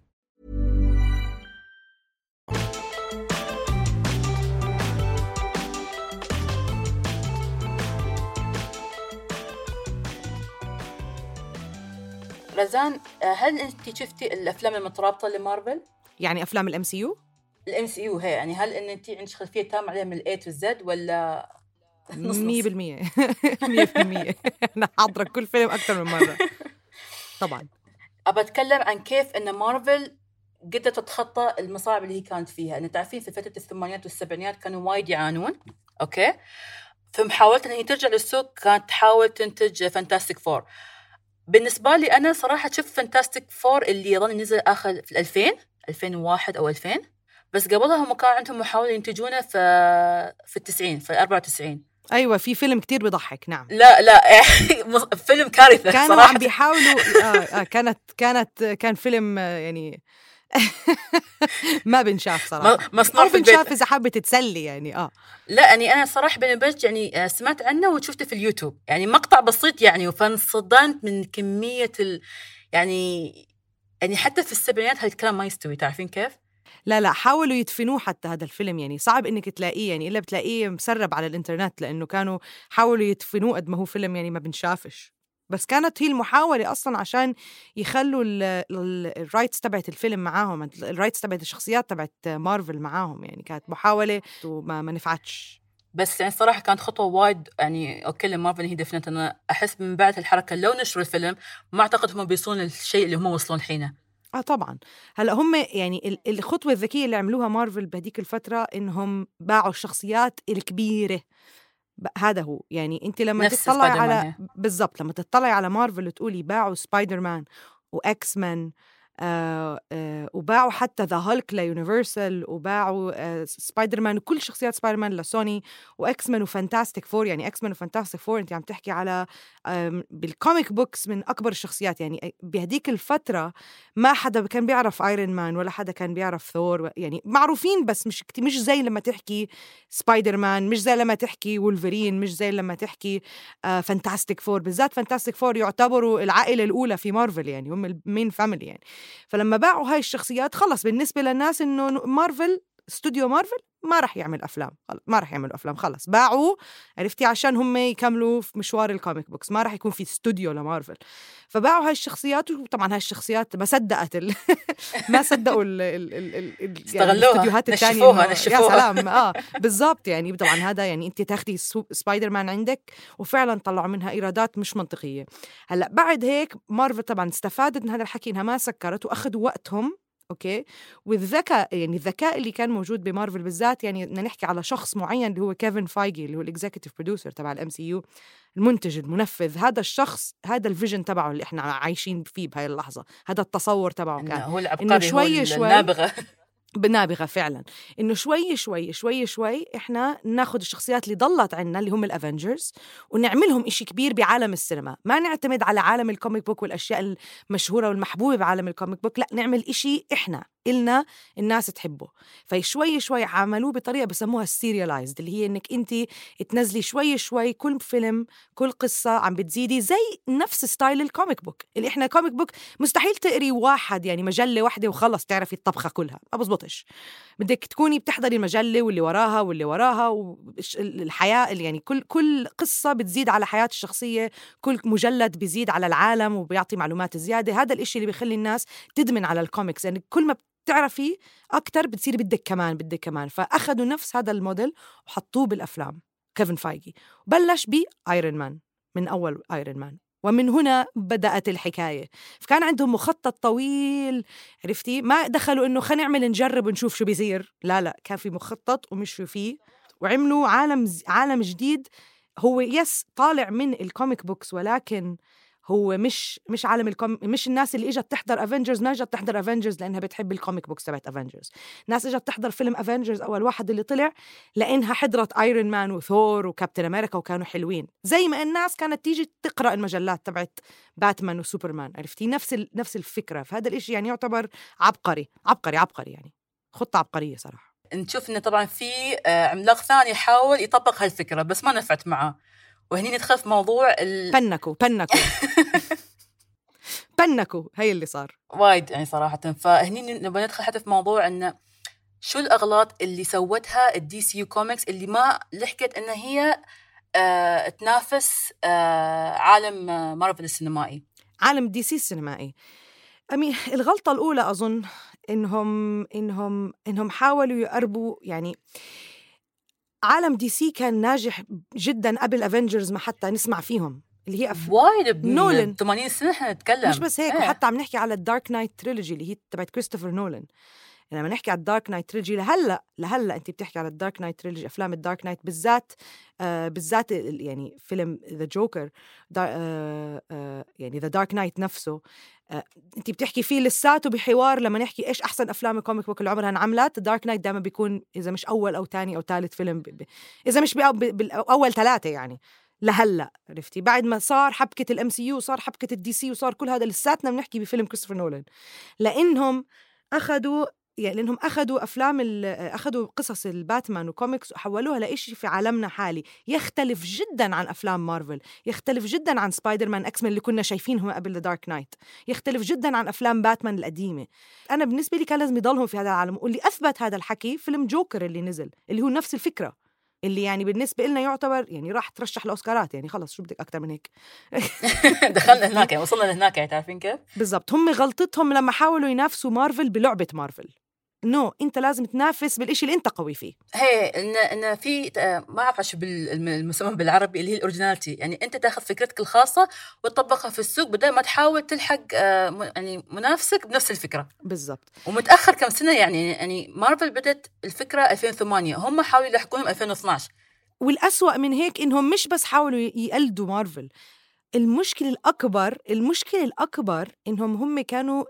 S3: رزان، هل انت شفتي الافلام المترابطه لمارفل؟
S4: يعني افلام الام سي يو
S3: الام سي يو هي يعني هل ان انت عندك خلفيه تامه عليها من الاي تو زد ولا
S4: مية بالمية مية بالمية انا حاضره كل فيلم اكثر من مره طبعا.
S3: ابى اتكلم عن كيف ان مارفل قدرت تتخطى المصاعب اللي هي كانت فيها. ان تعرفين في فتره الثمانينات والسبعينات كانوا وايد يعانون، اوكي، فمحاولة ان هي ترجع للسوق كانت تحاول تنتج فانتاستيك فور. بالنسبة لي أنا صراحة شفت فانتاستيك فور اللي ظن نزل آخر في الألفين ألفين وواحد أو ألفين، بس قبلها هم كان عندهم محاولة ينتجونه في في التسعين في الأربعة وتسعين.
S4: أيوة في فيلم كتير بضحك. نعم
S3: لا لا فيلم كارثة
S4: كانوا
S3: صراحة.
S4: عم بيحاولوا آه آه كانت كانت كان فيلم آه يعني ما بنشاف صراحة،
S3: مصنوع في البيت.
S4: بنشاف إذا حابة تتسلي يعني. آه
S3: لا يعني أنا صراحة بنبرج يعني سمعت عنه وشفته في اليوتيوب يعني مقطع بسيط يعني، وفانصدمت من كمية ال يعني يعني حتى في السبعينات هالكلام ما يستوي، تعرفين كيف؟
S4: لا لا حاولوا يدفنوه حتى هذا الفيلم، يعني صعب إنك تلاقيه يعني إلا بتلاقيه مسرب على الإنترنت، لأنه كانوا حاولوا يدفنوه قد ما هو فيلم يعني ما بنشافش. بس كانت هي المحاولة أصلاً عشان يخلوا الرايتس تبعت الفيلم معاهم، الرايتس تبعت الشخصيات تبعت مارفل معاهم، يعني كانت محاولة وما ما نفعتش.
S3: بس يعني صراحة كانت خطوة وايد يعني أوكي مارفل هي دفنت. أنا أحس من بعد الحركة لو نشروا الفيلم ما أعتقد هم بيوصلون للشيء اللي هم وصلون حينه.
S4: آه طبعاً. هلأ هم يعني الخطوة الذكية اللي عملوها مارفل بهديك الفترة إنهم باعوا الشخصيات الكبيرة. هذا هو يعني انت لما تطلع على بالضبط لما تطلع على مارفل وتقولي باعوا سبايدر مان واكس مان آه آه وباعوا حتى ذا هالك ليونيفرسال، وباعوا آه سبايدر مان وكل شخصيات سبايدر مان لسوني، واكس مان وفانتاستيك فور. يعني اكس مان وفانتاستيك فور انت عم تحكي على بالكوميك بوكس من اكبر الشخصيات. يعني بهديك الفتره ما حدا كان بيعرف ايرون مان ولا حدا كان بيعرف ثور، يعني معروفين بس مش مش زي لما تحكي سبايدر مان، مش زي لما تحكي وولفرين، مش زي لما تحكي آه فانتاستيك فور. بالذات فانتاستيك فور يعتبروا العائله الاولى في مارفل، يعني هم المين فاميلي يعني. فلما باعوا هاي الشخصيات خلص بالنسبة للناس إنه مارفل استوديو مارفل ما رح يعمل أفلام، ما رح يعملوا أفلام، خلص باعوا عرفتي عشان هم يكملوا في مشوار الكوميك بوكس، ما رح يكون في استوديو لمارفل. فباعوا هاي الشخصيات، وطبعا هاي الشخصيات ما صدقت ال... ما صدقوا ال... ال... ال... ال...
S3: استغلوها نشفوها نشفوها
S4: يا سلام. آه بالضبط يعني طبعا هذا يعني أنت تاخدي سبايدر مان عندك وفعلا طلعوا منها إيرادات مش منطقية. هلأ بعد هيك مارفل طبعا استفادت من هذا الحكي إنها ما سكرت وأخذوا وقتهم اوكي والذكاء، يعني الذكاء اللي كان موجود بمارفل بالذات. يعني بدنا نحكي على شخص معين اللي هو كيفن فايجي اللي هو الاكزيكتيف بروديوسر تبع الام سي يو، المنتج المنفذ. هذا الشخص هذا الفيجن تبعه اللي احنا عايشين فيه بهاي اللحظه، هذا التصور تبعه كان
S3: هو العبقري،
S4: شوي
S3: هو
S4: شوي
S3: النابغه
S4: بنابغة فعلا، إنه شوي شوي شوي شوي إحنا ناخد الشخصيات اللي ضلت عنا اللي هم الأفنجرز ونعملهم إشي كبير بعالم السينما. ما نعتمد على عالم الكوميك بوك والأشياء المشهورة والمحبوبة بعالم الكوميك بوك، لا نعمل إشي إحنا إلنا الناس تحبه. فشوي شوي عملوه بطريقة بسموها السيريالايزد، اللي هي إنك أنت تنزلي شوي شوي كل فيلم كل قصة عم بتزيدي زي نفس ستايل الكوميك بوك اللي إحنا كوميك بوك مستحيل تقري واحد يعني مجلة واحدة وخلص تعرفي الطبخة كلها، ما بزبطش. بدك تكوني بتحضري المجلة واللي وراها واللي وراها والحياة، يعني كل كل قصة بتزيد على حياة الشخصية، كل مجلد بيزيد على العالم وبيعطي معلومات زيادة. هذا الإشي اللي بيخلي الناس تدمن على الكوميكس، يعني كل ما تعرفي أكتر بتصير بدك كمان بدك كمان. فأخذوا نفس هذا الموديل وحطوه بالأفلام. كيفن فايجي بلش بآيرون مان من أول آيرون مان، ومن هنا بدأت الحكاية. فكان عندهم مخطط طويل عرفتي، ما دخلوا إنه خلينا نعمل نجرب ونشوف شو بيصير، لا لا كان في مخطط ومشوا فيه وعملوا عالم عالم جديد. هو يس طالع من الكوميك بوكس ولكن هو مش مش عالم الكوم مش الناس اللي اجت تحضر افنجرز ما اجت تحضر افنجرز لانها بتحب الكوميك بوكس تبعت افنجرز. ناس اجت تحضر فيلم افنجرز اول واحد اللي طلع لانها حضرت ايرون مان وثور وكابتن امريكا وكانوا حلوين، زي ما الناس كانت تيجي تقرا المجلات تبعت باتمان وسوبرمان. عرفتي؟ نفس ال... نفس الفكره. فهذا الاشي يعني يعتبر عبقري عبقري عبقري يعني خطه عبقريه صراحه.
S3: نشوف إنه طبعا في عملاق ثاني يحاول يطبق هالفكرة بس ما نفعت معه، وهني ندخل في موضوع ال...
S4: بنكو بنكو بنكو هي اللي صار
S3: وايد يعني صراحة. فهني نبغى ندخل حتى في موضوع إنه شو الأغلاط اللي سوتها الدي سي يو كوميكس اللي ما لحقت إن هي آه تنافس آه عالم مارفل السينمائي.
S4: عالم دي سي السينمائي أمي الغلطة الأولى أظن إنهم إنهم إنهم حاولوا يقربوا. يعني عالم دي سي كان ناجح جدا قبل أفنجرز ما حتى نسمع فيهم، اللي هي أف...
S3: وايد
S4: نولان
S3: ثمانين سنة إحنا نتكلم.
S4: مش بس هيك
S3: ايه.
S4: وحتى عم نحكي على الدارك نايت تريلوجي اللي هي تبعت كريستوفر نولان. لما نحكي على الدارك نايت تريلوجي لهلا لهلا انت بتحكي على الدارك نايت تريلوجي، افلام الدارك نايت بالذات آه بالذات يعني فيلم ذا جوكر آه آه يعني ذا دارك نايت نفسه آه انت بتحكي فيه لساته بحوار. لما نحكي ايش احسن افلام الكوميك بوك اللي عمرها انعملت، دارك نايت دائما بيكون اذا مش اول او ثاني او ثالث فيلم ب... ب... اذا مش باول ثلاثه يعني لهلا. عرفتي؟ بعد ما صار حبكه الام سي يو صار حبكه الدي سي وصار كل هذا لساتنا بنحكي بفيلم كريستوفر نولان، لانهم اخذوا يعني لأنهم أخذوا أفلام أخذوا قصص الباتمان وكوميكس وحولوها لإشي في عالمنا حالي يختلف جدا عن أفلام مارفل، يختلف جدا عن سبايدر مان أكس مان اللي كنا شايفينهم قبل ذا دارك نايت، يختلف جدا عن أفلام باتمان القديمة. أنا بالنسبة لي كان لازم يضلهم في هذا العالم، واللي أثبت هذا الحكي فيلم جوكر اللي نزل اللي هو نفس الفكرة، اللي يعني بالنسبة لنا يعتبر يعني راح ترشح الأوسكارات. يعني خلص شو بدك أكتر من هيك.
S3: دخلنا هناك يعني وصلنا لهناك يعني تعرفين كيف
S4: بالضبط. هم غلطتهم لما حاولوا ينافسوا مارفل بلعبة مارفل. نو no, انت لازم تنافس بالإشي اللي انت قوي فيه.
S3: هي ان ان في ما اعرف شو بالمسمى بالعربي اللي هي الاوريجيناليتي، يعني انت تاخذ فكرتك الخاصه وتطبقها في السوق بدل ما تحاول تلحق يعني منافسك بنفس الفكره.
S4: بالضبط.
S3: ومتاخر كم سنه يعني يعني مارفل بدت الفكره ألفين وثمانية، هم حاولوا يلحقونهم ألفين واثناشر.
S4: والأسوأ من هيك انهم مش بس حاولوا يقلدوا مارفل، المشكله الاكبر المشكله الاكبر انهم هم كانوا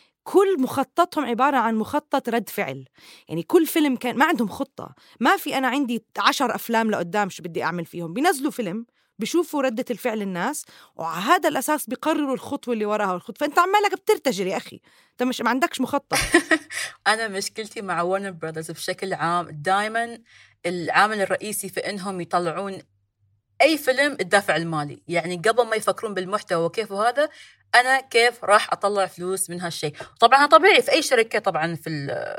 S4: كل مخططهم عبارة عن مخطط رد فعل. يعني كل فيلم كان ما عندهم خطة، ما في أنا عندي عشر أفلام لقدام شو بدي أعمل فيهم. بينزلوا فيلم بيشوفوا ردة الفعل الناس وعلى هذا الأساس بيقرروا الخطوة اللي وراها والخطوة. فأنت عمالك بترتجل يا أخي، أنت مش ما عندكش مخطط.
S3: أنا مشكلتي مع وارنر براذرز بشكل عام دايما العامل الرئيسي في إنهم يطلعون أي فيلم الدافع المالي. يعني قبل ما يفكرون بالمحتوى وكيف هذا أنا كيف راح أطلع فلوس من هالشيء. طبعا طبيعي في أي شركة طبعا في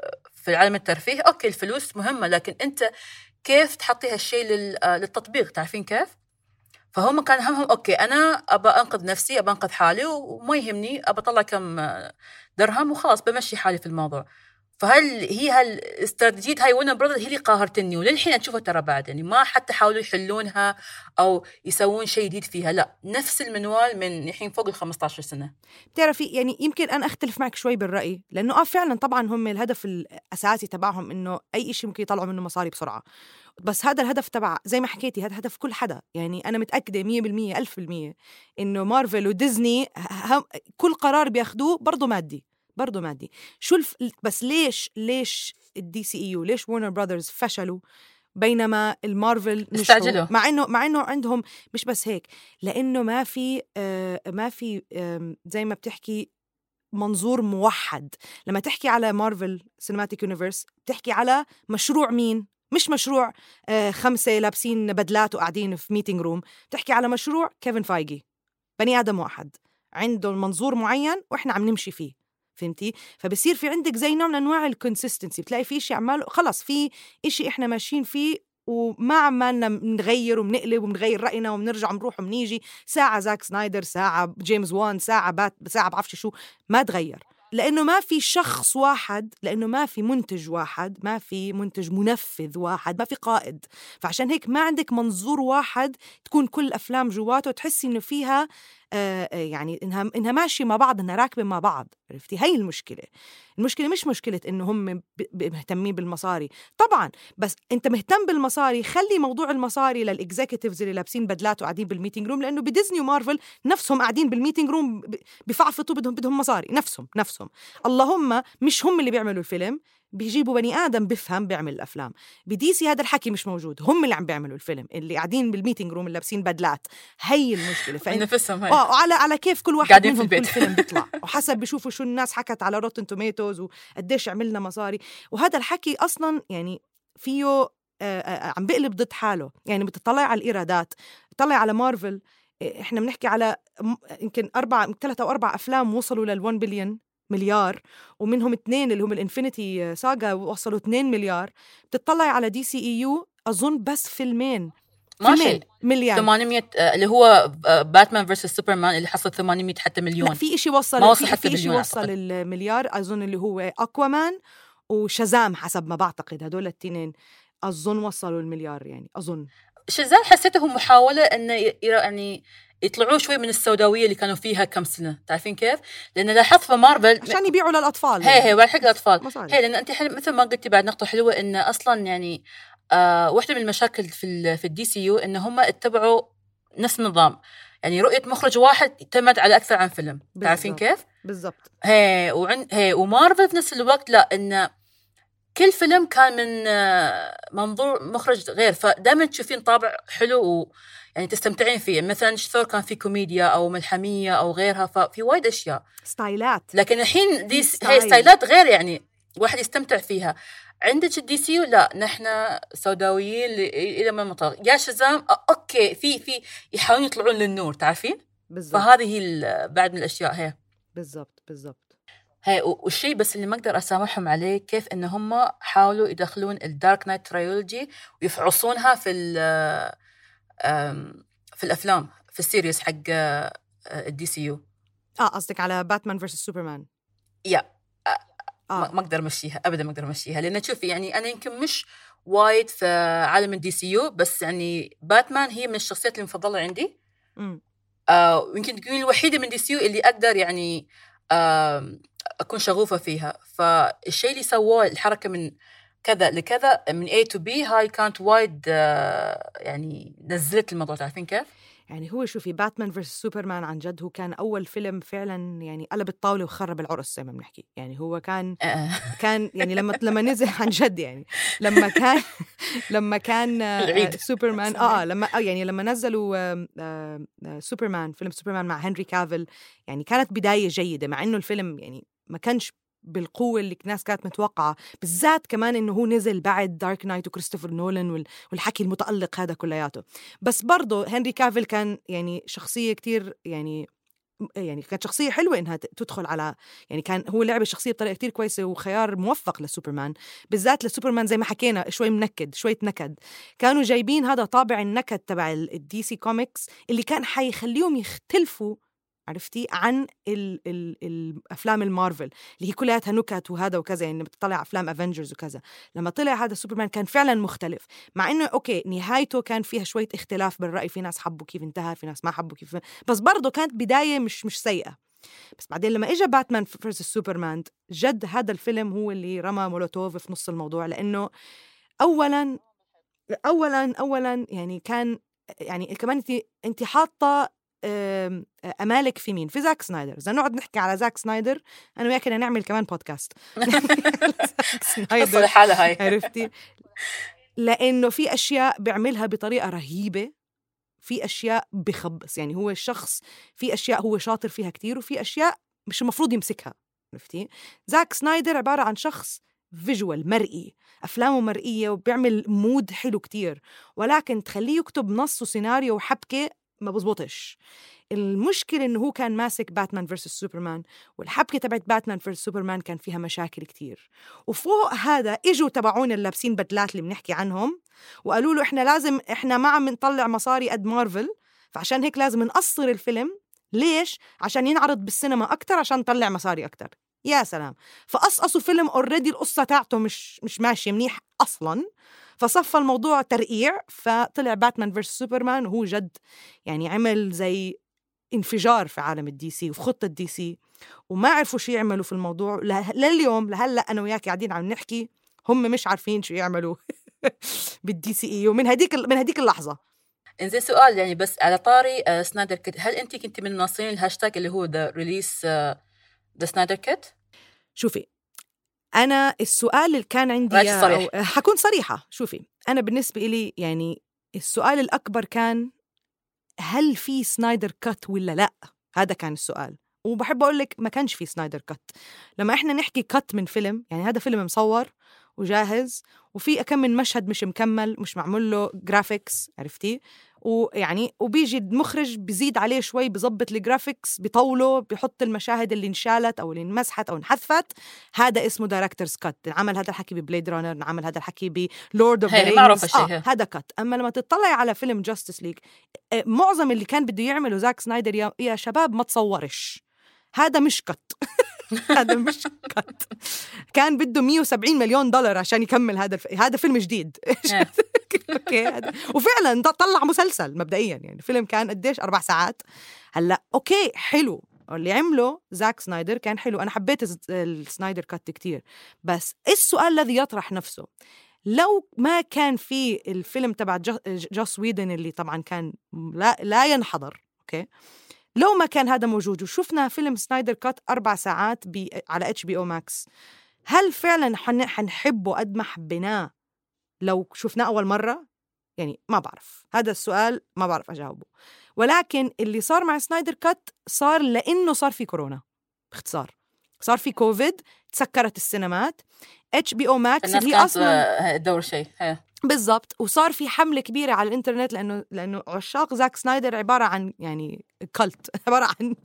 S3: في عالم الترفيه أوكي الفلوس مهمة، لكن أنت كيف تحطي هالشيء للتطبيق. تعرفين كيف؟ فهم كان همهم أوكي أنا أبى أنقذ نفسي أبى أنقذ حالي وما يهمني أبى أطلع كم درهم وخلاص بمشي حالي في الموضوع. فهل هي هالاستراتيجية هاي وارنر براذرز هي اللي قاهرتني وللحين أشوفها ترى بعد يعني ما حتى حاولوا يحلونها أو يسوون شيء جديد فيها، لا نفس المنوال من الحين فوق الخمسة عشر سنة.
S4: بتعرفي يعني يمكن أنا أختلف معك شوي بالرأي، لأنه آه فعلا طبعا هم الهدف الأساسي تبعهم إنه أي إشي ممكن يطلعوا منه مصاري بسرعة، بس هذا الهدف تبع زي ما حكيتي هذا هدف كل حدا. يعني أنا متأكدة مية بالمية ألف بالمية إنه مارفل وديزني كل قرار بياخدوه برضو مادي برضو مادي. شو الف... بس ليش ليش الدي سي اي يو ليش وارنر براذرز فشلوا بينما المارفل
S3: استعجلوا؟
S4: مع انه مع انه عندهم مش بس هيك، لانه ما في آه ما في آه زي ما بتحكي منظور موحد. لما تحكي على مارفل سينماتيك يونيفرس بتحكي على مشروع مين، مش مشروع آه خمسة لابسين بدلات وقاعدين في ميتينج روم، بتحكي على مشروع كيفن فايجي بني آدم واحد عنده منظور معين وإحنا عم نمشي فيه. فهمتي؟ فبصير في عندك زي نوع من أنواع الكونسيستنسي، بتلاقي في إشي عماله خلص في إشي إحنا ماشيين فيه وما عمالنا نغير وبنقلب وبنغير رأينا وبنرجع نروح وبنيجي. ساعة زاك سنايدر ساعة جيمس وان ساعة بات ساعة بعرفش شو ما تغير، لأنه ما في شخص واحد، لأنه ما في منتج واحد، ما في منتج منفذ واحد، ما في قائد. فعشان هيك ما عندك منظور واحد تكون كل أفلام جواته تحسي إنه فيها آه يعني إنها إنها ماشية مع بعض، إنها راكبة مع بعض. عرفتي؟ هاي المشكلة. المشكلة مش مشكلة إنه هم مهتمين بالمصاري طبعاً، بس أنت مهتم بالمصاري، خلي موضوع المصاري للإكزيكتيفز اللي لابسين بدلات وقاعدين بالميتينج روم، لأنه بديزني ومارفل نفسهم قاعدين بالميتينج روم بفعفطوا بدهم بدهم مصاري نفسهم نفسهم. اللهم مش هم اللي بيعملوا الفيلم، بيجيبوا بني آدم بفهم بيعمل الأفلام. بدي سي هذا الحكي مش موجود، هم اللي عم بيعملوا الفيلم، اللي قاعدين بالميتينج روم اللي لابسين بدلات. هي المشكلة.
S3: فإن نفسهم هاي
S4: اه على على كيف كل واحد منهم كل فيلم بيطلع وحسب بيشوفوا شو الناس حكت على روتن توميتوز وقديش عملنا مصاري. وهذا الحكي أصلا يعني فيه آه آه عم بقلب ضد حاله. يعني بتطلع على الإيرادات، طلع على مارفل، إحنا بنحكي على يمكن أربعة ثلاثة أو أربع أفلام وصلوا للون بليون مليار، ومنهم اثنين اللي هم الانفينيتي ساغا وصلوا اثنين مليار. بتطلع على دي سي اي يو أظن بس فيلمين
S3: ماشي
S4: مليار
S3: ثمانمية اللي هو باتمان فيرسس سوبرمان اللي حصل ثمانمية حتى مليون.
S4: لا في إشي وصل
S3: ما وصل
S4: في,
S3: حتى
S4: في إشي وصل المليار أظن اللي هو أكوامان وشازام حسب ما بعتقد، هدول التنين أظن وصلوا المليار. يعني أظن
S3: شازام حسيته محاولة إنه يعني يطلعوا شوي من السوداوية اللي كانوا فيها كم سنة، تعرفين كيف؟ لأن لاحظت في مارفل
S4: عشان يبيعوا للأطفال.
S3: هي هي والحق الأطفال هي، لأن أنت مثل ما قلتي بعد نقطة حلوة إن أصلاً يعني آه واحدة من المشاكل في في الدي سي يو إن هم اتبعوا نفس النظام، يعني رؤية مخرج واحد اعتمد على أكثر عن فيلم. تعرفين كيف؟
S4: بالضبط.
S3: هي وعن هي ومارفل في نفس الوقت لا، إن كل فيلم كان من منظور مخرج غير، فدائما تشوفين طابع حلو و يعني تستمتعين فيه. مثلا ثور كان في كوميديا أو ملحمية أو غيرها، ففي وايد أشياء
S4: ستايلات.
S3: لكن الحين دي هي ستايلات غير يعني واحد يستمتع فيها. عندك الدي سي لا، نحن سوداويين إلى ما مطار يا شزام أوكي في في يحاولون يطلعون للنور، تعرفين؟
S4: بالزبط.
S3: فهذه هي بعد من الأشياء هي
S4: بالضبط بالضبط
S3: هاي. والشيء بس اللي ما أقدر أسامحهم عليه كيف إن هم حاولوا يدخلون الدارك نايت ترايولوجي ويفعصونها في في الأفلام في السيريس حق الدي سي يو.
S4: آه قصدك على باتمان فيرسس سوبرمان؟
S3: يا
S4: آه.
S3: ما أقدر أمشيها أبدا، ما أقدر أمشيها، لأن شوفي يعني أنا يمكن مش وايد في عالم الدي سي يو، بس يعني باتمان هي من الشخصيات المفضلة عندي. آه ويمكن تكون الوحيدة من دي سي يو اللي أقدر يعني آه أكون شغوفة فيها. فالشيء اللي سووه الحركة من كذا لكذا من A to B هاي كانت وايد آه يعني نزلت الموضوع. تعرفين كيف؟
S4: يعني هو شوفي باتمان فيرس سوبرمان عن جد هو كان أول فيلم فعلا يعني قلب الطاولة وخرب العرس زي ما بنحكي. يعني هو كان كان يعني لما لما نزل عن جد يعني لما كان لما كان آه سوبرمان آه لما آه يعني لما نزلوا آه آه سوبرمان فيلم سوبرمان مع هنري كافيل، يعني كانت بداية جيدة، مع إنه الفيلم يعني ما كانش بالقوة اللي الناس كانت متوقعة، بالذات كمان إنه هو نزل بعد دارك نايت وكريستوفر نولان والحكي المتألق هذا كلياته. بس برضه هنري كافيل كان يعني شخصية كتير يعني يعني كانت شخصية حلوة إنها تدخل على يعني كان هو لعب الشخصية بطريقة كتير كويسة وخيار موفق لسوبرمان، بالذات لسوبرمان زي ما حكينا شوي منكد شوية نكد. كانوا جايبين هذا طابع النكد تبع الدي سي كوميكس اللي كان حيخليهم يختلفوا عرفتي عن ال ال الافلام المارفل اللي هي كلها نكت وهذا وكذا. يعني بتطلع افلام افنجرز وكذا، لما طلع هذا سوبرمان كان فعلا مختلف، مع انه اوكي نهايته كان فيها شويه اختلاف بالراي، في ناس حبوا كيف انتهى، في ناس ما حبوا كيف، بس برضه كانت بدايه مش مش سيئه. بس بعدين لما اجى باتمان فيرسس سوبرمان جد هذا الفيلم هو اللي رمى مولوتوف في نص الموضوع، لانه اولا اولا اولا يعني كان يعني كمان انت انت حاطه أمالك في مين؟ في زاك سنايدر. إذا نقعد نحكي على زاك سنايدر أنا وياك نعمل كمان بودكاست
S3: سنايدر حالة هاي
S4: عرفتي، لأنه في أشياء بيعملها بطريقة رهيبة، في أشياء بخبص. يعني هو الشخص في أشياء هو شاطر فيها كتير وفي أشياء مش المفروض يمسكها. عرفتي؟ زاك سنايدر عبارة عن شخص فيجوال مرئي، أفلامه مرئية وبيعمل مود حلو كتير، ولكن تخليه يكتب نص وسيناريو وحبكة ما بزبطش. المشكلة إنه هو كان ماسك باتمان فيرسس سوبرمان، والحبكة تبعت باتمان فيرسس سوبرمان كان فيها مشاكل كتير، وفوق هذا إجوا تبعون اللابسين بدلات اللي بنحكي عنهم وقالوا له إحنا لازم إحنا ما عم نطلع مصاري قد مارفل، فعشان هيك لازم نقصر الفيلم. ليش؟ عشان ينعرض بالسينما أكتر عشان نطلع مصاري أكتر. يا سلام. فقصقصوا فيلم أوريدي القصة تاعته مش مش ماشية منيح أصلاً، فصفى الموضوع ترقيع، فطلع باتمان فيرس سوبرمان وهو جد يعني عمل زي انفجار في عالم الدي سي وفي خطة دي سي، وما عرفوا شو يعملوا في الموضوع. لليوم لهلأ أنا وياك قاعدين عم نحكي هم مش عارفين شو يعملوا بالدي سي اي ومن هديك من هديك اللحظة.
S3: إنزين سؤال يعني بس على طاري آه سنايدر كت، هل أنت كنت من مناصرين الهاشتاج اللي هو ذا ريليس ذا سنايدر كت؟
S4: شوفي أنا السؤال اللي كان عندي
S3: صريح.
S4: أو حكون صريحة، شوفي أنا بالنسبة لي يعني السؤال الأكبر كان هل في سنايدر كات ولا لا؟ هذا كان السؤال. وبحب أقول لك ما كانش في سنايدر كات. لما إحنا نحكي كات من فيلم يعني هذا فيلم مصور وجاهز وفي كم من مشهد مش مكمل مش معمول له جرافيكس، عرفتي؟ ويعني وبيجي المخرج بيزيد عليه شوي، بيظبط الجرافيكس، بيطوله، بيحط المشاهد اللي انشالت أو اللي انمسحت أو انحذفت. هذا اسمه دايركتورز كات. نعمل هذا الحكي ببليد رانر، نعمل هذا الحكي بلورد اوف ذا رينجز، آه هذا كات. أما لما تطلع على فيلم جاستس ليج معظم اللي كان بده يعمله زاك سنايدر يا, يا شباب ما تصورش، هذا مش كات. هذا مش كات. كان بده مية وسبعين مليون دولار عشان يكمل هذا الف... هذا فيلم جديد. اوكي هذا وفعلا طلع مسلسل مبدئيا، يعني فيلم كان قديش أربع ساعات. هلا اوكي حلو اللي عمله زاك سنايدر كان حلو، انا حبيت السنايدر كات كتير. بس السؤال الذي يطرح نفسه لو ما كان في الفيلم تبع جوس ويدن اللي طبعا كان لا لا ينحضر، اوكي لو ما كان هذا موجود وشفنا فيلم سنايدر كات أربع ساعات بي على اتش بي او ماكس، هل فعلا حن حنحبه قد ما حبيناه لو شفناه أول مرة؟ يعني ما بعرف، هذا السؤال ما بعرف أجاوبه. ولكن اللي صار مع سنايدر كات صار لأنه صار في كورونا، باختصار صار في كوفيد، تسكرت السينمات. اتش بي او ماكس اللي
S3: أصلا دور شيء
S4: بالضبط، وصار في حملة كبيرة على الانترنت لأنه لأنه عشاق زاك سنايدر عبارة عن يعني كالت، عبارة عن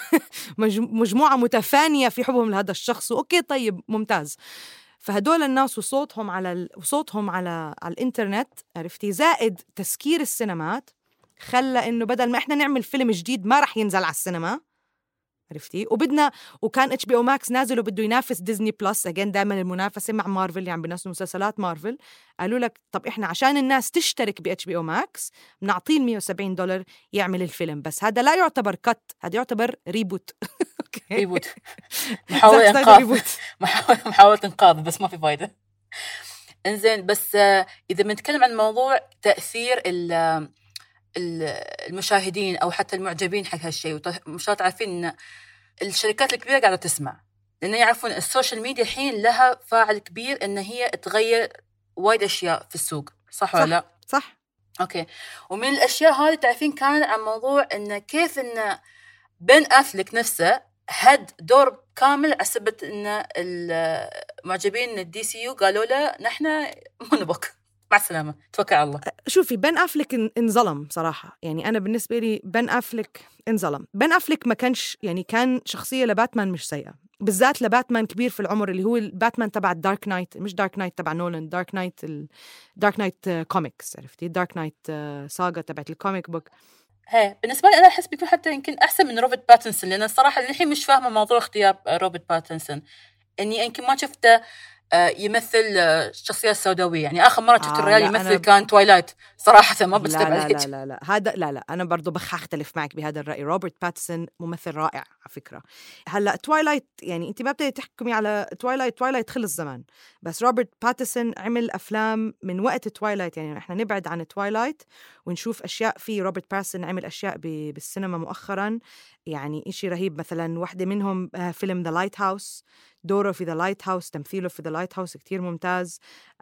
S4: مجموعة متفانية في حبهم لهذا الشخص. أوكي طيب ممتاز. فهدول الناس وصوتهم على ال... وصوتهم على على الانترنت، عرفتي، زائد تسكير السينمات، خلى إنه بدل ما إحنا نعمل فيلم جديد ما رح ينزل على السينما، عرفتي، وبدنا وكان اتش بي او ماكس نازل وبده ينافس ديزني بلس، اجين دائما المنافسه مع مارفل اللي عم بينزلوا مسلسلات مارفل. قالوا لك طب احنا عشان الناس تشترك ب اتش بي او ماكس بنعطيه مية وسبعين دولار يعمل الفيلم. بس هذا لا يعتبر كت، هذا يعتبر ريبوت.
S3: ريبوت محاولة انقاذ محاولة انقاذ بس ما في فايدة. انزين بس اذا بنتكلم عن موضوع تأثير ال المشاهدين أو حتى المعجبين حق هالشيء، ومش عارفين إن الشركات الكبيرة قاعدة تسمع، لأنه يعرفون السوشيال ميديا الحين لها فاعل كبير إن هي تغير وايد أشياء في السوق، صح, صح ولا لا؟
S4: صح.
S3: أوكي. ومن الأشياء هذه تعرفين كان عن موضوع إن كيف إن بن أفلك نفسه هد دور كامل على سبب إن المعجبين الدي سي يو قالوا له نحن ما نبغاك، مع السلامة، توكل على الله.
S4: شوفي بن أفلك انظلم صراحة، يعني أنا بالنسبة لي بن أفلك انظلم. بن أفلك ما كانش يعني كان شخصية لباتمان مش سيئة، بالذات لباتمان كبير في العمر اللي هو الباتمان تبع الدارك نايت، مش دارك نايت تبع نولان، دارك نايت الدارك نايت كوميكس، عرفتي، دارك نايت ساغا تبعت الكوميك بوك.
S3: هي بالنسبة لي أنا أحس بيكون حتى يمكن أحسن من روبرت باتنسون، لأن الصراحة الحين مش فاهمة موضوع اختيار روبرت باتنسون، إني يمكن ما شفته يمثل الشخصية السوداوية. يعني آخر مرة شفت آه الرجال يمثل أنا... كان تويلايت صراحة ما بستبعد.
S4: لا لا, لا لا لا هذا لا لا أنا برضو بخ أختلف معك بهذا الرأي. روبرت باتسون ممثل رائع على فكرة. هلا تويلايت يعني أنت ما بتقدري تحكمي على تويلايت، تويلايت خلص زمان، بس روبرت باتسون عمل أفلام من وقت تويلايت. يعني إحنا نبعد عن تويلايت ونشوف أشياء في روبرت باتسون عمل أشياء بالسينما مؤخرا يعني إشي رهيب. مثلا واحدة منهم فيلم ذا لايت هاوس، دوره في ذا لايت هاوس، تمثيله في ذا لايت هاوس كتير ممتاز.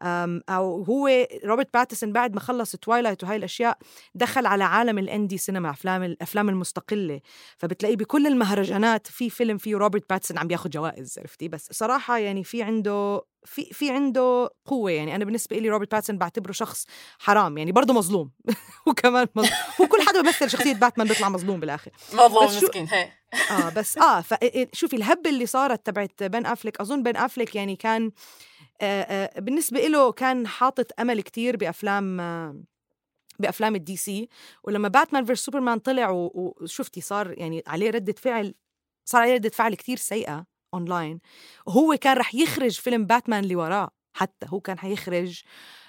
S4: أو هو روبرت باتسون بعد ما خلص تويلايت وهاي الأشياء دخل على عالم الأندي سينما، أفلام الأفلام المستقلة، فبتلاقي بكل المهرجانات في فيلم فيه روبرت باتسون عم بياخد جوائز، عرفتي. بس صراحة يعني في عنده في في عنده قوة. يعني أنا بالنسبة لي روبرت باتسون بعتبره شخص حرام، يعني برضه مظلوم. وكمان مظلوم. وكل حدا بيمثل شخصية باتمان بيطلع مظلوم بالآخر،
S3: مظلوم مسكين. هي
S4: آه بس آه فشوفي الهبة اللي صارت تبعت بن أفلك. أظن بن أفلك يعني كان آه آه بالنسبة له كان حاطط أمل كتير بأفلام آه بأفلام الدي سي، ولما باتمان فيرس سوبرمان طلع وشفتي صار يعني عليه ردة فعل، صار عليه ردة فعل كتير سيئة أونلاين. وهو كان رح يخرج فيلم باتمان اللي وراه، حتى هو كان حيخرج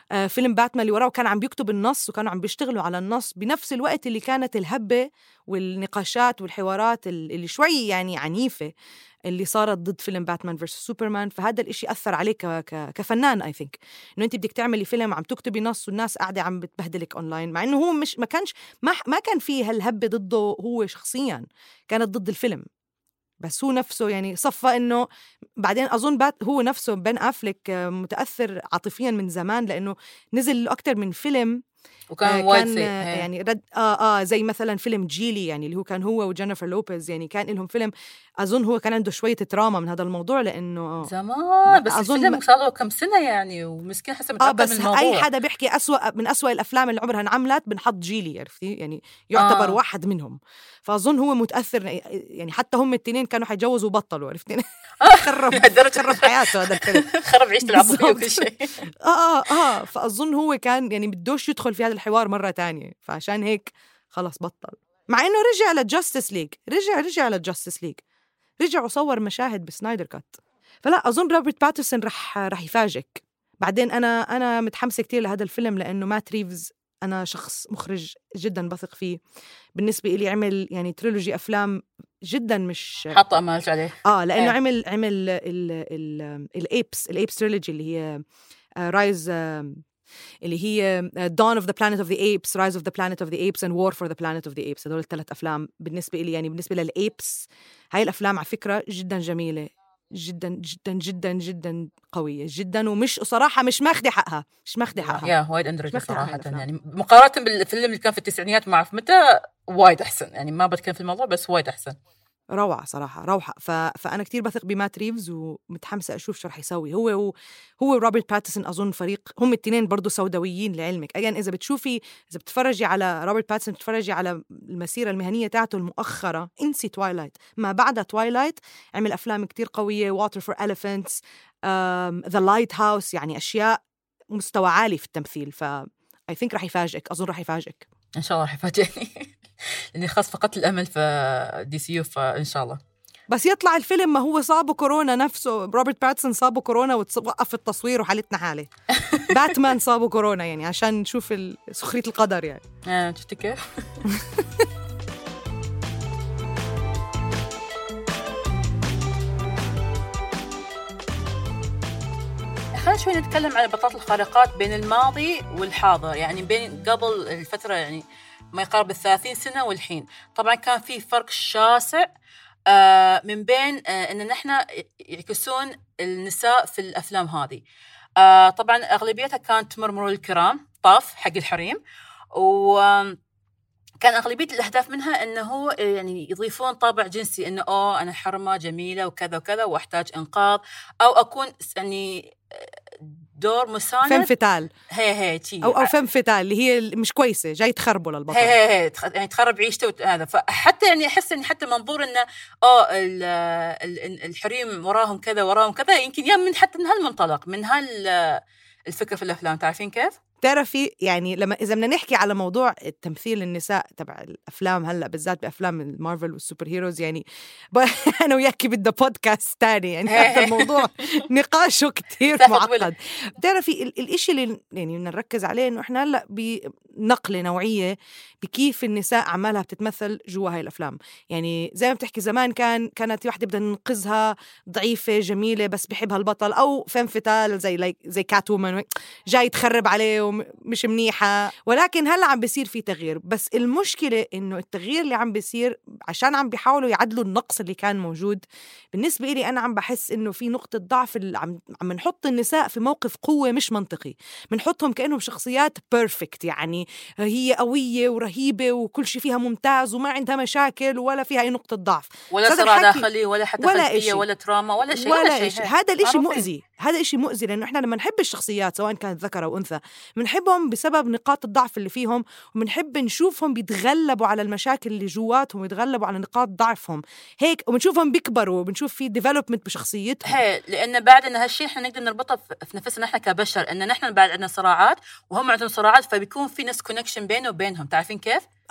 S4: آه فيلم باتمان اللي وراه كان عم بيكتب النص وكانوا عم بيشتغلوا على النص بنفس الوقت اللي كانت الهبة والنقاشات والحوارات اللي شوي يعني عنيفة اللي صارت ضد فيلم باتمان فيرسس سوبرمان. فهذا الاشي أثر عليك ك... كفنان اي ثينك انه انت بدك تعملي فيلم عم تكتبي نص والناس قاعدة عم بتبهدلك اونلاين، مع انه هو مش ما كانش ما, ما كان فيه هالهبة ضده هو شخصيا، كانت ضد الفيلم بس هو نفسه يعني صفى انه بعدين اظن بات هو نفسه بن أفلك متاثر عاطفيا من زمان لانه نزل له اكثر من فيلم
S3: وكان
S4: آه كان آه يعني رد اه اه زي مثلا فيلم جيلي يعني اللي هو كان هو وجينيفر لوبيز، يعني كان لهم فيلم اظن هو كان عنده شويه تراما من هذا الموضوع لانه
S3: زمان، بس الفيلم صار له كم سنه يعني ومسكين حسب
S4: اه بس من اي حدا بيحكي أسوأ من أسوأ الافلام اللي عمرها انعملت بنحط جيلي، عرفتي يعني يعتبر آه. واحد منهم. فاظن هو متاثر يعني، حتى هم الاثنين كانوا حيتجوزوا وبطلوا، عرفتي خرب خرب حياته هذا الفيلم
S3: خرب عيشته العاطفيه وكل شيء.
S4: اه اه اه فاظن هو كان يعني بدوش يدخل في هذا الحوار مرة تانية، فعشان هيك خلص بطل. مع إنه رجع للجاستس ليج، رجع رجع للجاستس ليج رجع وصور مشاهد بسنايدر كات. فلا أظن روبرت باترسون رح رح يفاجئك. بعدين أنا أنا متحمسة كتير لهذا الفيلم لأنه مات ريفز أنا شخص مخرج جدا بثق فيه. بالنسبة إلي عمل يعني تريلوجي أفلام جدا مش
S3: حاط أمالك عليه
S4: آه لأنه ايه. عمل عمل الأيبس الأيبس تريلوجي اللي هي رايز uh, اللي هي Dawn of the Planet of the Apes, Rise of the Planet of the Apes and War for the Planet of the Apes. هدول الثلاث أفلام بالنسبة لي يعني بالنسبة للأيبس هاي الأفلام على فكرة جدا جميلة جدا جدا جدا جدا قوية جدا، ومش صراحة مش ماخدة حقها مش ماخدة حقها
S3: يا وايد أندرج صراحة يعني مقارنة بالفيلم اللي كان في التسعينيات ما أعرف متى وايد أحسن يعني، ما بتكلم في الموضوع بس وايد أحسن
S4: روعة صراحة روعة. ف... فأنا كتير بثق بمات ريفز ومتحمسة أشوف شو رح يسوي هو و... هو روبرت باتسون. أظن فريق هم التنين برضو سوداويين لعلمك. يعني إذا بتشوفي إذا بتتفرجي على روبرت باتسون بتتفرجي على المسيرة المهنية تاعته المؤخرة، انسي توايلايت، ما بعد توايلايت عمل أفلام كتير قوية، واتر فور إليفنتس، ذا لايت هاوس، يعني أشياء مستوى عالي في التمثيل. ف I think رح يفاجئك، أظن رح يفاجئك
S3: إن شاء الله رح يفاجئني لأني خاص فقط الأمل في دي سي يو، فإن شاء الله.
S4: بس يطلع الفيلم ما هو صابه كورونا نفسه، روبرت باتسون صابه كورونا ووقف التصوير وحالتنا حالة. باتمان صابه كورونا يعني عشان نشوف سخرية القدر يعني.
S3: آه شفتي كيف؟ خلينا شوي نتكلم عن البطولات الخارقات بين الماضي والحاضر، يعني بين قبل الفترة يعني ما يقارب الثلاثين سنة والحين. طبعا كان في فرق شاسع آه من بين آه إن نحن يعكسون النساء في الأفلام هذه. آه طبعا أغلبيتها كانت مرمر الكرام طاف حق الحريم، وكان أغلبية الأهداف منها إنه يعني يضيفون طابع جنسي، إنه أوه أنا حرمة جميلة وكذا وكذا وأحتاج إنقاذ، أو أكون يعني دور مساند
S4: فم فتال
S3: هي هي تي
S4: او او فم فتال اللي هي مش كويسه جاي تخربوا للبطل،
S3: هي هي هي يعني تخرب عيشته هذا. فحتى يعني احس ان حتى منظور انه اه الحريم وراهم كذا وراهم كذا، يمكن يا من حتى من هالمنطلق من هالفكره في الافلام. تعرفين كيف؟
S4: تعرفي يعني لما إذا بدنا نحكي على موضوع التمثيل النساء تبع الأفلام هلأ بالذات بأفلام المارفل والسوبر هيروز، يعني أنا وياكي بدنا بودكاست تاني يعني هذا الموضوع نقاشه كتير معقد. تعرفي الإشي اللي يعني نركز عليه إنه إحنا هلأ بنقلة نوعية بكيف النساء عمالها بتتمثل جوا هاي الأفلام. يعني زي ما بتحكي زمان كان كانت واحدة بدنا ننقذها ضعيفة جميلة بس بحبها البطل، أو فم فتال زي زي كات وومن جاي تخرب عليه مش منيحة. ولكن هلأ عم بيصير في تغيير، بس المشكلة إنه التغيير اللي عم بيصير عشان عم بيحاولوا يعدلوا النقص اللي كان موجود. بالنسبة لي أنا عم بحس إنه في نقطة ضعف، اللي عم عم نحط النساء في موقف قوة مش منطقي، بنحطهم كأنهم شخصيات بيرفكت، يعني هي قوية ورهيبة وكل شيء فيها ممتاز وما عندها مشاكل ولا فيها أي نقطة ضعف،
S3: ولا صراع داخلي ولا حتى
S4: ولا
S3: خلفية
S4: إشي.
S3: ولا تراما ولا شيء
S4: ولا,
S3: ولا
S4: شيء. هذا الإشي مؤذي، هذا إشي مؤذي، لأنه إحنا لما نحب الشخصيات سواء كانت ذكر أو أنثى بنحبهم بسبب نقاط الضعف اللي فيهم، وبنحب نشوفهم بيتغلبوا على المشاكل اللي جواتهم ويتغلبوا على نقاط ضعفهم هيك، وبنشوفهم بيكبروا وبنشوف في ديفلوبمنت بشخصيتهم.
S3: هي لأن بعد إن هالشيء إحنا نقدر نربطه في نفسنا إحنا كبشر، إن نحن بعد عندنا صراعات وهم عندهم صراعات، فبيكون في ناس كونكشن بينه وبينهم. تعرفين كيف؟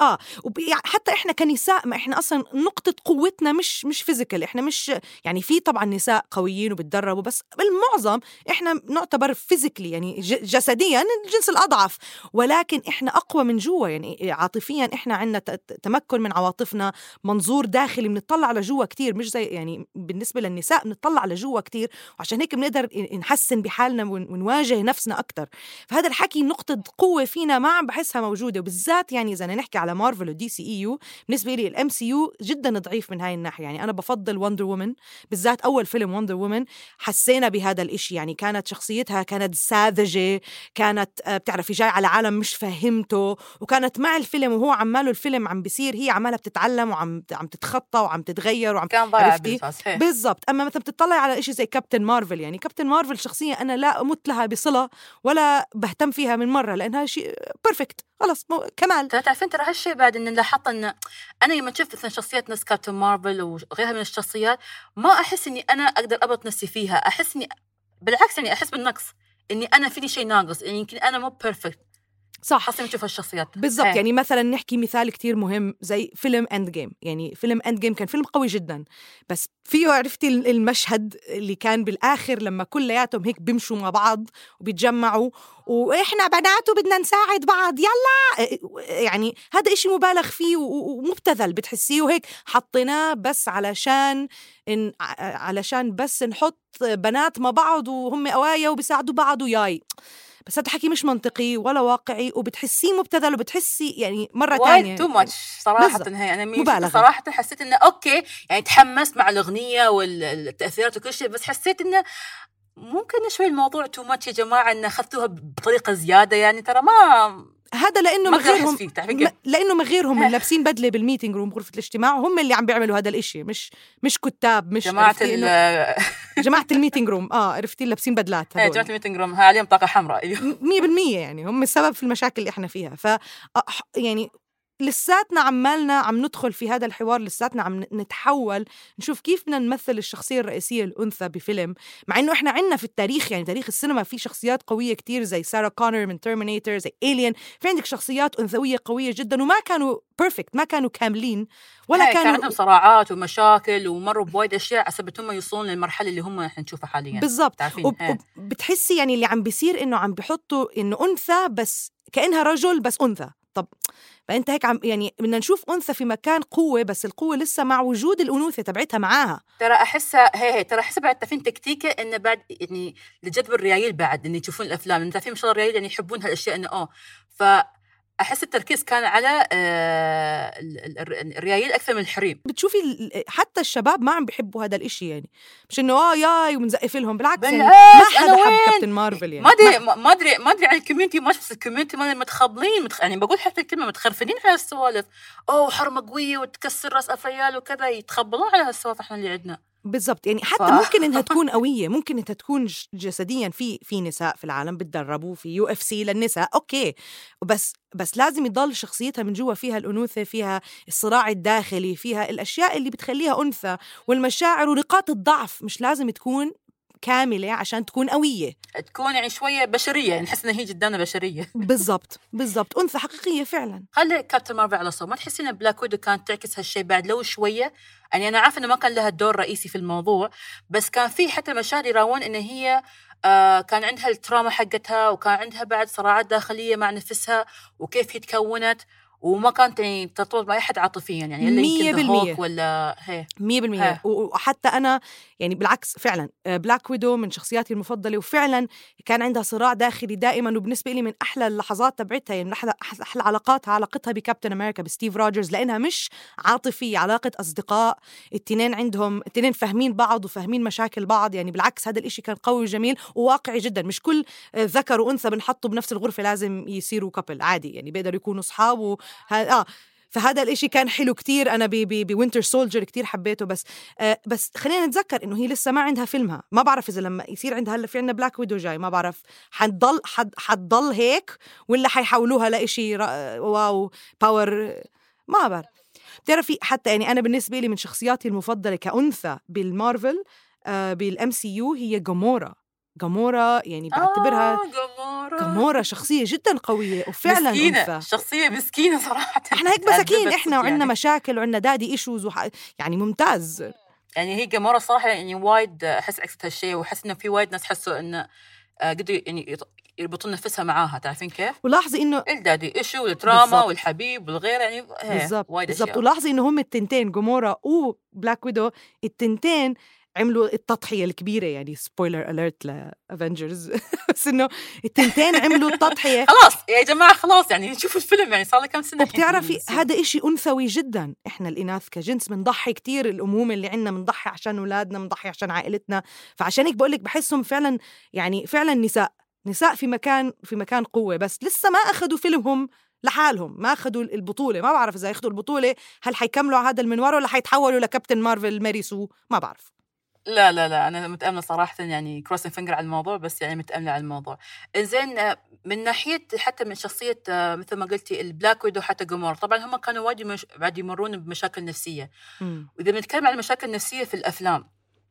S4: اه حتى احنا كنساء ما احنا اصلا نقطه قوتنا مش مش فيزيكال، احنا مش يعني في طبعا نساء قويين وبتدربوا، بس بالمعظم احنا نعتبر فيزيكلي يعني جسديا الجنس الاضعف، ولكن احنا اقوى من جوا. يعني عاطفيا احنا عندنا تمكن من عواطفنا، منظور داخلي، بنطلع على جوا كتير، مش زي يعني بالنسبه للنساء بنطلع على جوا كتير، وعشان هيك بنقدر نحسن بحالنا ونواجه نفسنا اكثر. فهذا الحكي نقطه قوه فينا ما عم بحسها موجوده، وبالذات يعني اذا نحكي على مارفل ودي سي اي يو، بالنسبه لي الام سي يو جدا ضعيف من هاي الناحيه. يعني انا بفضل وندر وومن، بالذات اول فيلم وندر وومن حسينا بهذا الاشي. يعني كانت شخصيتها كانت ساذجه، كانت بتعرفي جاي على عالم مش فهمته، وكانت مع الفيلم وهو عماله الفيلم عم بيصير هي عمالها بتتعلم وعم عم تتخطى وعم تتغير وعم
S3: كان ضايع
S4: بالضبط. اما مثلا بتطلع على إشي زي كابتن مارفل، يعني كابتن مارفل شخصيه انا لا امت لها بصله ولا بهتم فيها من مره، لانها شيء بيرفكت خلص كمال.
S3: تعرفين ترى هالشيء بعد ان لاحظت ان انا لما شفت مثلا شخصيات ناس كابتن مارفل وغيرها من الشخصيات ما احس اني انا اقدر ابط نفسي فيها، احس اني بالعكس يعني احس بالنقص، اني انا فيني شيء ناقص، يعني يمكن انا مو بيرفكت.
S4: صح
S3: حسنا نشوف هالشخصيات
S4: بالضبط. يعني مثلا نحكي مثال كتير مهم زي فيلم اند جيم. يعني فيلم اند جيم كان فيلم قوي جدا، بس فيه عرفتي المشهد اللي كان بالآخر لما كلياتهم هيك بيمشوا مع بعض وبيتجمعوا وإحنا بنات وبدنا نساعد بعض يلا، يعني هذا إشي مبالغ فيه ومبتذل بتحسيه، وهيك حطيناه بس علشان إن علشان بس نحط بنات مع بعض وهم قوايا وبيساعدوا بعض وياي. بس هذا حكي مش منطقي ولا واقعي، وبتحسيه مبتذل، وبتحسي يعني مرة تانية
S3: تو ماتش صراحة. هي أنا
S4: مبالغة
S3: صراحة حسيت إنه أوكي يعني تحمست مع الأغنية والتأثيرات وكل شيء، بس حسيت إنه ممكن شوي الموضوع تو ماتش يا جماعة، إن أخذتوها بطريقة زيادة. يعني ترى ما
S4: هذا لأنه مغيرهم م... لأنه مغيرهم من لابسين بدلة بالميتينج روم غرفة الاجتماع، هم اللي عم بيعملوا هذا الإشي، مش مش كتاب، مش
S3: جماعة ال...
S4: جماعة الميتينج روم اه عرفتي لابسين بدلات
S3: هذول. جماعة الميتينج روم عليهم طاقة حمراء
S4: مية بالمية. يعني هم السبب في المشاكل اللي احنا فيها. ف يعني لساتنا عمالنا عم ندخل في هذا الحوار، لساتنا عم نتحول نشوف كيف بدنا نمثل الشخصية الرئيسية الأنثى بفيلم، مع إنه إحنا عنا في التاريخ يعني تاريخ السينما في شخصيات قوية كتير زي سارة كونر من تيرمينيتر، زي إيليان، في عندك شخصيات أنثوية قوية جدا وما كانوا بيرفكت، ما كانوا كاملين ولا كانوا
S3: كان عندهم صراعات ومشاكل ومروا بوايد أشياء عصبتهم يوصلون للمرحلة اللي هم إحنا نشوفها حاليا.
S4: بالضبط. وبتحسي يعني اللي عم بيصير إنه عم بيحطوا إنه أنثى بس كأنها رجل بس أنثى. طب فأنت هيك عم يعني بدنا نشوف أنثى في مكان قوة، بس القوة لسه مع وجود الأنوثة تبعتها معاها.
S3: ترى أحسها هي هي ترى أحسها بعد تفين تكتيكة إنه بعد يعني لجذب الريايل بعد إن يشوفون الأفلام، إن تعرفين مش الريايل يعني يحبون هالأشياء إنه آه ف أحس التركيز كان على آه الريايل أكثر من الحريم.
S4: بتشوفي حتى الشباب ما عم بيحبوا هذا الإشي، يعني مش إنه آه ياي ومنزقف لهم، بالعكس يعني ما حدا حب كابتن مارفل. يعني
S3: ما أدري ما أدري ما أدري عن الكوميونتي، ما بس الكوميونتي ما متخبلين متخ... يعني بقول حتى الكلمة متخرفنين على السوالف، أوه حرمة قوية وتكسر رأس أفريال وكذا، يتخبلون على هالسوالف إحنا اللي عندنا.
S4: بالضبط. يعني حتى ف... ممكن إنها تكون قوية، ممكن إنها تكون جسديا في في نساء في العالم بتدربوا في يو اف سي للنساء أوكي، بس بس لازم يضل شخصيتها من جوا فيها الأنوثة، فيها الصراع الداخلي، فيها الأشياء اللي بتخليها أنثى والمشاعر ونقاط الضعف، مش لازم تكون كاملة عشان تكون قوية،
S3: تكون يعني شوية بشرية، نحس إنها هي جداً بشرية.
S4: بالضبط بالضبط أنثى حقيقية فعلاً.
S3: خلي كابتن مارفل على صوب، ما تحسين إن بلاك ويدو كانت تعكس هالشيء بعد لو شوية؟ يعني أنا عارفة إنه ما كان لها دور رئيسي في الموضوع، بس كان في حتى مشاهد يراون إن هي آه كان عندها التراما حقتها، وكان عندها بعد صراعات داخلية مع نفسها وكيف هي تكونت، وما كانت يعني ترتبط مع أحد عاطفيا، يعني إلا يمكن هوك ولا هي
S4: مية بالمية. وحتى أنا يعني بالعكس فعلا بلاك ويدو من شخصياتي المفضلة، وفعلا كان عندها صراع داخلي دائما، وبالنسبة لي من أحلى اللحظات تبعتها يعني أحلى, أحلى علاقاتها علاقتها بكابتن أمريكا بستيف روجرز، لأنها مش عاطفية، علاقة أصدقاء، التنين عندهم التنين فاهمين بعض وفاهمين مشاكل بعض. يعني بالعكس هذا الإشي كان قوي وجميل وواقعي جدا، مش كل ذكر وأنثى بنحطوا بنفس الغرفة لازم يصيروا كابل، عادي يعني بيقدروا يكونوا أصحاب و... آه فهذا الاشي كان حلو كتير. أنا بوينتر سولجر كتير حبيته، بس آه بس خلينا نتذكر إنه هي لسه ما عندها فيلمها، ما بعرف إذا لما يصير عندها هلا في عندنا بلاك ويدو جاي، ما بعرف حتضل حد حتضل هيك ولا حيحولوها لإشي واو باور، ما بعرف. بتعرفي حتى يعني أنا بالنسبة لي من شخصياتي المفضلة كأنثى بالمارفل آه بالام سي يو هي جامورا. جامورا يعني بعتبرها
S3: آه جمورة
S4: جمورة شخصية جدا قوية وفعلا
S3: مسكينة
S4: أنثى.
S3: شخصية مسكينة صراحة.
S4: احنا هيك مساكين
S3: تعذبت
S4: احنا وعندنا
S3: يعني.
S4: مشاكل وعندنا دادي ايشوز وح... يعني ممتاز.
S3: يعني هي جمورة صراحة يعني وايد أحس عكست هالشيء، وأحس إنه في وايد ناس حسوا إنه قدروا يعني يربطون نفسها معاها، تعرفين كيف؟
S4: ولاحظي إنه
S3: الدادي إيشو والدراما
S4: بالزبط.
S3: والحبيب والغير يعني
S4: بالضبط
S3: وايد
S4: بالضبط.
S3: أشياء.
S4: ولاحظي إنه هم التنتين جمورة وبلاك ويدو التنتين عملوا التضحية الكبيرة، يعني سبويلر أليرت لأفنجرز بس إنه التنتين عملوا التضحية.
S3: خلاص يا جماعة خلاص يعني نشوف الفيلم، يعني صار له كم سنة.
S4: وبتعرفي هذا إشي أنثوي جدا، إحنا الإناث كجنس منضحي كتير، الأمومة اللي عنا منضحي عشان أولادنا، منضحي عشان عائلتنا، فعشان هيك بقولك بحسهم فعلا يعني فعلا نساء نساء في مكان في مكان قوة، بس لسه ما أخذوا فيلمهم لحالهم، ما أخذوا البطولة. ما بعرف إذا ياخذوا البطولة هل حيكملوا على هذا المنوار ولا حيتحولوا لكابتن مارفل ماري سو، ما بعرف.
S3: لا لا لا أنا متأملة صراحة، يعني كروسين فينجر على الموضوع، بس يعني متأملة على الموضوع. إنزين من ناحية حتى من شخصية مثل ما قلتي البلاك ويدو حتى جمور، طبعا هم كانوا وايد مش... بعد يمرون بمشاكل نفسية. م. وإذا بنتكلم عن المشاكل النفسية في الأفلام،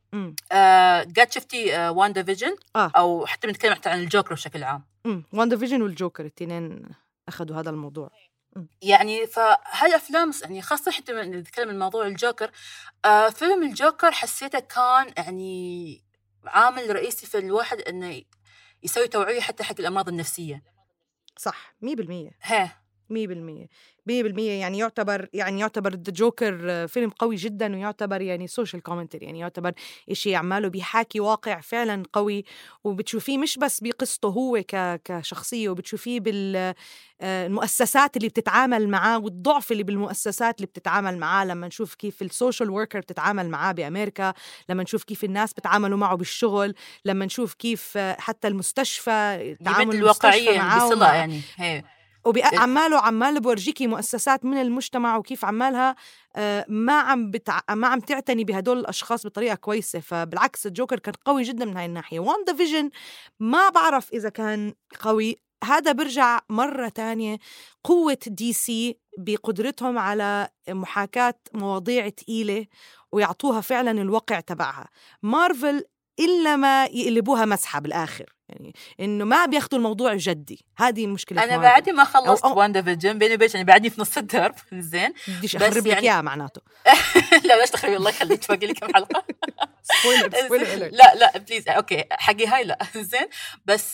S3: آه قد شفتي آه واندا فيجن آه. أو حتى بنتكلم حتى عن الجوكر بشكل عام.
S4: م. واندا فيجن والجوكر التنين أخذوا هذا الموضوع.
S3: يعني فهالأفلام يعني خاصة حتى من نتكلم عن موضوع الجوكر، آه فيلم الجوكر حسيته كان يعني عامل رئيسي في الواحد إنه يسوي توعية حتى حق الأمراض النفسية.
S4: صح مية بالمية.
S3: ها
S4: مية بالمية مية بالمية. يعني يعتبر يعني يعتبر The Joker فيلم قوي جدا، ويعتبر يعني social commentary، يعني يعتبر إشي عماله بيحاكي واقع فعلا قوي، وبتشوفيه مش بس بقصته هو كشخصية، وبتشوفيه بالمؤسسات اللي بتتعامل معاه والضعف اللي بالمؤسسات اللي بتتعامل معاه. لما نشوف كيف السوشيال وركر بتتعامل معاه بأمريكا، لما نشوف كيف الناس بتعاملوا معه بالشغل، لما نشوف كيف حتى المستشفى تعامل
S3: الواقعية معاه يعني هي
S4: وعماله عمال بورجيكي مؤسسات من المجتمع وكيف عمالها ما عم بتع... ما عم تعتني بهدول الأشخاص بطريقة كويسة. فبالعكس الجوكر كان قوي جدا من هاي الناحية. واندا فيجن ما بعرف إذا كان قوي، هذا برجع مرة تانية قوة دي سي بقدرتهم على محاكاة مواضيع تقيلة ويعطوها فعلا الواقع تبعها. مارفل إلا ما يقلبوها مسحة بالآخر، يعني إنه ما بياخدوا الموضوع جدي. هذه مشكلة.
S3: أنا بعدي ما خلصت واندا فيجن بيني وبينك، يعني بعدني في نص الدرب. زين
S4: بديش أخرب لك إياه معناته.
S3: لا ليش تخربي، الله يخليك باقي لي كم حلقة.
S4: سبويلر سبويلر.
S3: لا لا بليز أوكي حقي هاي لا. زين بس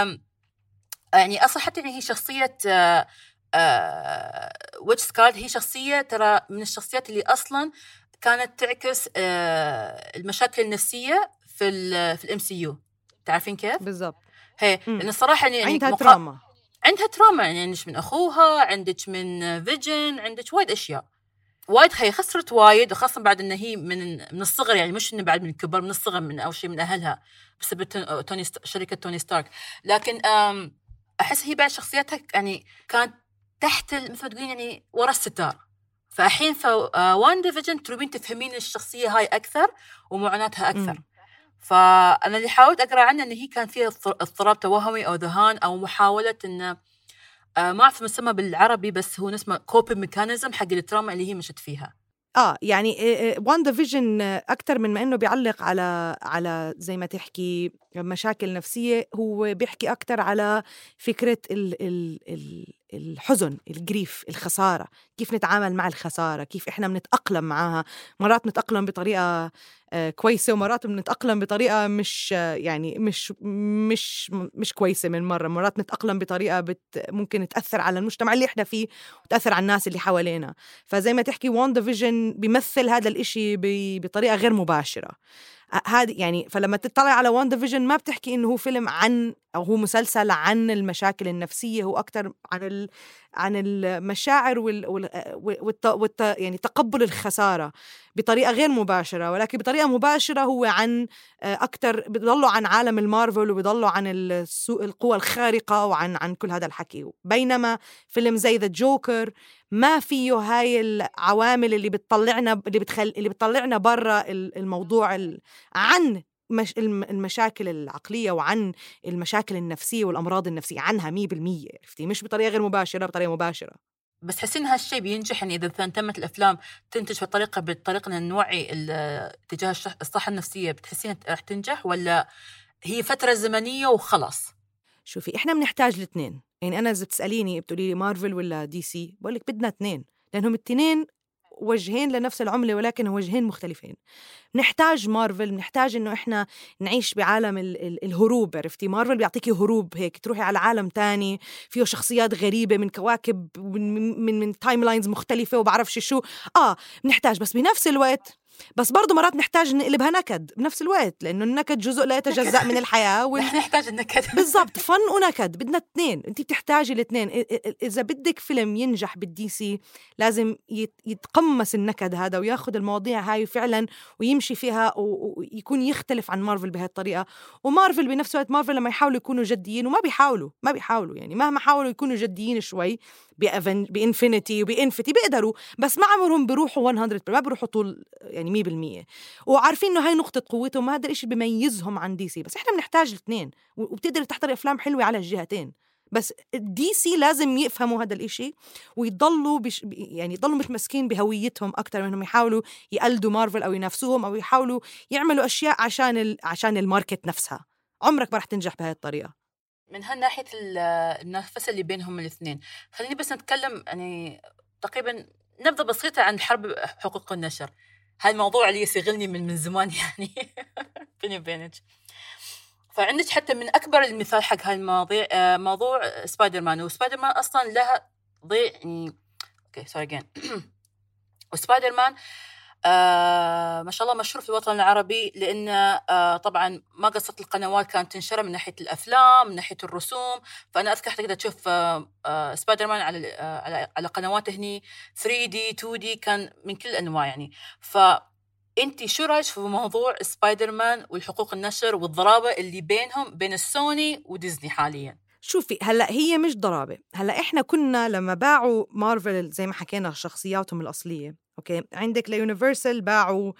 S3: يعني أصلا حتى هي شخصية ويتش سكارد هي شخصية ترى من الشخصيات اللي أصلا كانت تعكس المشاكل النفسية في ال في الام سي يو. تعرفين كيف؟
S4: بالضبط.
S3: هي لأن الصراحة يعني
S4: عندها
S3: مقا...
S4: تراما
S3: عندها تراما يعني عندك من أخوها، عندك من فيجن، عندك وايد أشياء وايد. هي خسرت وايد، وخاصة بعد إن هي من من الصغر، يعني مش إنه بعد من الكبر، من الصغر من أول شيء من أهلها بسبب توني ست... شركة توني ستارك. لكن أحس هي بعد شخصيتها يعني كانت تحت مثل ما تقولين يعني ورا الستار. فالحين فواندا فيجن تروبين تفهمين الشخصية هاي أكثر ومعاناتها أكثر. م. فأنا اللي حاولت أقرأ عنها إن هي كان فيها اضطراب توهمي أو ذهان، أو محاولة إنه ما أعرف مسمى بالعربي، بس هو نسمه كوبين ميكانيزم حق التراما اللي هي مشت فيها.
S4: آه يعني واندا فيجن أكتر من ما إنه بيعلق على على زي ما تحكي مشاكل نفسية، هو بيحكي أكتر على فكرة ال ال ال الحزن، الجريف، الخسارة، كيف نتعامل مع الخسارة، كيف إحنا بنتأقلم معها. مرات نتأقلم بطريقة كويسة، ومرات بنتأقلم بطريقة مش يعني مش مش مش كويسة. من مرة مرات نتأقلم بطريقة بت ممكن تأثر على المجتمع اللي إحنا فيه وتأثر على الناس اللي حوالينا. فزي ما تحكي واندا فيجن بيمثل هذا الإشي بطريقة غير مباشرة. هذه يعني فلما تطلع على واندا فيجن ما بتحكي إنه هو فيلم عن أو هو مسلسل عن المشاكل النفسية، هو أكتر عن ال عن المشاعر وال وال والت والت يعني تقبل الخسارة بطريقة غير مباشرة. ولكن بطريقة مباشرة هو عن أكتر بيضلوا عن عالم المارفل، وبيضلوا عن السوء القوى الخارقة وعن عن كل هذا الحكي. بينما فيلم زي ذا جوكر ما فيه هاي العوامل اللي بتطلعنا اللي بتخل اللي بتطلعنا برا الموضوع عن مش المشاكل العقلية وعن المشاكل النفسية والأمراض النفسية عنها مية بالمية. عرفتي؟ مش بطريقة غير مباشرة، بطريقة مباشرة.
S3: بس تحسين هالشيء بينجح يعني إذا تمت الأفلام تنتج بطريقة بطريقة نوعي تجاه الصحة النفسية، بتحسين رح تنجح ولا هي فترة زمنية وخلاص؟
S4: شوفي إحنا بنحتاج الاثنين. يعني أنا إذا تسأليني بتقولي لي مارفل ولا دي سي، بقول لك بدنا اثنين، لأنهم الاثنين وجهين لنفس العملة ولكن وجهين مختلفين. نحتاج مارفل، نحتاج إنه إحنا نعيش بعالم ال- ال- الهروب. عرفتي مارفل بيعطيكي هروب، هيك تروحي على عالم تاني فيه شخصيات غريبة من كواكب من من, من تايم لاينز مختلفة وبعرفش شو. آه نحتاج، بس بنفس الوقت بس برضو مرات نحتاج نقلبها نكد بنفس الوقت، لأنه النكد جزء لا يتجزأ من الحياة وال...
S3: نحتاج النكد.
S4: بالضبط، فن ونكد، بدنا اثنين. انت بتحتاجي الاثنين. اذا بدك فيلم ينجح بالدي سي لازم يتقمص النكد هذا وياخذ المواضيع هاي فعلا ويمشي فيها ويكون يختلف عن مارفل بهالطريقه. ومارفل بنفس الوقت، مارفل لما يحاولوا يكونوا جديين وما بيحاولوا ما بيحاولوا يعني مهما حاولوا يكونوا جديين شوي بإنفينيتي وبإنفتي بيقدروا، بس ما عمرهم بيروحوا مية بالمية، ما بيروحوا طول يعني مية بالمية، وعارفين انه هاي نقطه قوتهم، هذا الاشي بيميزهم عن دي سي. بس احنا بنحتاج الاثنين، وبتقدر تحضر افلام حلوه على الجهتين. بس الدي سي لازم يفهموا هذا الاشي ويضلوا بش يعني يضلوا متمسكين بهويتهم اكثر منهم يحاولوا يقلدوا مارفل او ينافسوهم او يحاولوا يعملوا اشياء عشان ال... عشان الماركت نفسها. عمرك ما رح تنجح بهاي الطريقه.
S3: من هالناحيه النفس اللي بينهم الاثنين، خليني بس نتكلم يعني تقريبا نبذه بسيطه عن حرب حقوق النشر. هاي الموضوع اللي يشغلني من من زمان يعني بيني وبينك. فعندك حتى من أكبر المثال حق هاي المواضيع موضوع سبايدر مان. وسبايدر مان أصلاً لها ضي يعني أوكي سوري جين وسبايدر مان آه ما شاء الله مشهور في الوطن العربي، لأن آه طبعاً ما قصت القنوات كانت تنشر من ناحية الأفلام من ناحية الرسوم. فأنا أذكر حتى كده تشوف آه آه سبايدر مان على آه على على قنوات هني ثري دي تو دي، كان من كل الأنواع يعني. ف انتي شو رايك في موضوع سبايدر مان والحقوق النشر والضرابة اللي بينهم بين السوني وديزني حاليا؟
S4: شوفي هلا هي مش ضرابة. هلا احنا كنا لما باعوا مارفل زي ما حكينا شخصياتهم الأصلية، اوكي، عندك ليونيفرسال باعوا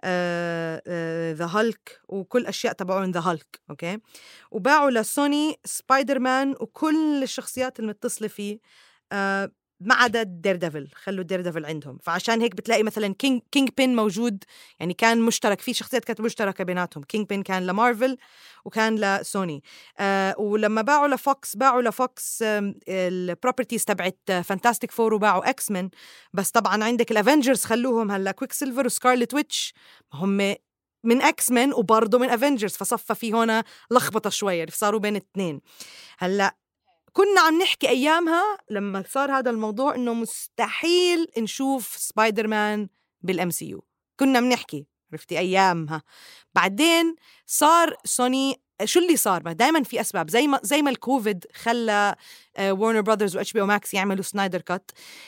S4: ذا هالك وكل أشياء تبعون ذا هالك، اوكي، وباعوا لسوني سبايدر مان وكل الشخصيات المتصلة فيه آه ما عدا دير ديفل، خلوا دير ديفل عندهم. فعشان هيك بتلاقي مثلا كينج كينج بين موجود، يعني كان مشترك في شخصيات كانت مشتركة بيناتهم. كينج بين كان لمارفل وكان لسوني. آه ولما باعوا لفوكس باعوا لفوكس آه البروبرتيز تبعت فانتاستيك فور وباعوا اكس مان. بس طبعا عندك الافنجرز خلوهم هلا كويك سيلفر وسكارلت ويتش هم من اكس مان وبرضه من افنجرز، فصفى في هنا لخبطة شوية صاروا بين الاثنين. هلا كنا عم نحكي أيامها لما صار هذا الموضوع إنه مستحيل نشوف سبايدر مان بالإم سي يو، كنا بنحكي عرفتي أيامها. بعدين صار سوني، شو اللي صار؟ ما دايما في أسباب، زي ما زي ما الكوفيد خلى وارنر براذرز واتش بي او ماكس يعملوا سنايدر كات.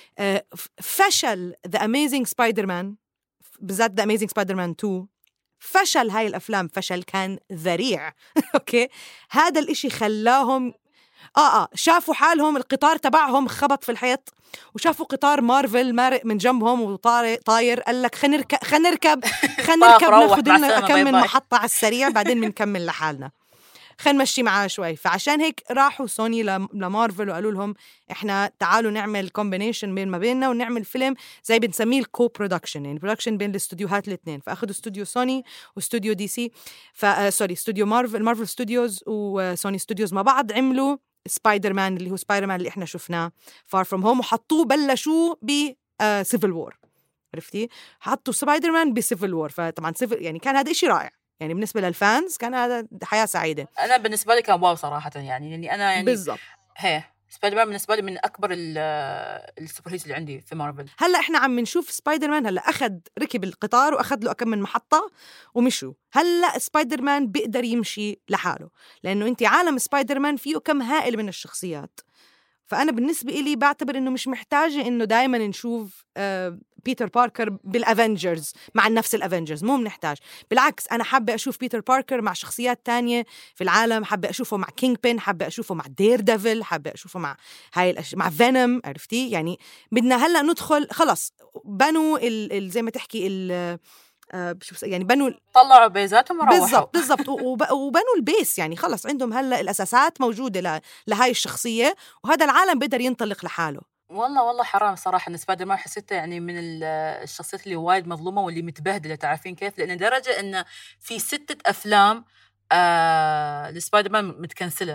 S4: فشل ذا أميزنج سبايدر مان، بالذات ذا أميزنج سبايدر مان تو، فشل هاي الأفلام فشل كان ذريع. أوكي، هذا الإشي خلاهم آه آه شافوا حالهم القطار تبعهم خبط في الحيط، وشافوا قطار مارفل مارق من جنبهم وطاير طاير، قال لك خلينا نركب خلينا نركب خلينا نركب ناخذ لنا كم من محطة على السريع بعدين بنكمل لحالنا، خلينا نمشي معاه شوي. فعشان هيك راحوا سوني لمارفل وقالوا لهم إحنا تعالوا نعمل كومبينيشن بين ما بيننا ونعمل فيلم زي بنسميه الكو برودكشن، يعني برودكشن بين الاستوديوهات الاثنين. فأخذوا استوديو سوني واستوديو دي سي، فسوري استوديو مارفل مارفل ستوديوز وسوني ستوديوز مع بعض عملوا سبايدر مان اللي هو سبايدر مان اللي احنا شفناه فار فروم هوم، وحطوه بلشوا ب سيفل وور. عرفتي حطوا سبايدر مان بسيفل وور. فطبعا سيفل يعني كان هذا إشي رائع، يعني بالنسبة للفانز كان هذا حياة سعيدة.
S3: أنا بالنسبة لي كان واو صراحة، يعني يعني أنا يعني
S4: بالضبط
S3: هي سبايدر مان بالنسبة لي من أكبر السوبر هيروز اللي عندي في مارفل.
S4: هلا إحنا عم نشوف سبايدر مان هلا أخذ ركب القطار وأخذ له كم من محطة ومشوا. هلا سبايدر مان بيقدر يمشي لحاله، لأنه أنت عالم سبايدر مان فيه كم هائل من الشخصيات. فأنا بالنسبة إلي بعتبر إنه مش محتاجة إنه دايما نشوف آه بيتر باركر بالأفنجرز مع نفس الأفنجرز، مو بنحتاج. بالعكس أنا حابة أشوف بيتر باركر مع شخصيات تانية في العالم، حابة أشوفه مع كينج بين، حابة أشوفه مع دير ديفل، حابة أشوفه مع هاي الأش... مع فينوم. عرفتي يعني بدنا هلأ ندخل خلص بنوا ال... ال... زي ما تحكي ال... آه يعني بنوا
S3: طلعوا بيزاتهم وروحوا.
S4: بالضبط بالضبط وب... وبنوا البيس، يعني خلص عندهم هلا الأساسات موجودة ل... لهاي الشخصية، وهذا العالم بيقدر ينطلق لحاله.
S3: والله والله حرام صراحة إن سبايدر مان حسيته يعني من الشخصيات اللي وايد مظلومة واللي متبهدلة، تعرفين كيف؟ لأن درجة إن في ستة أفلام آه لسبايدر مان متكنسلة،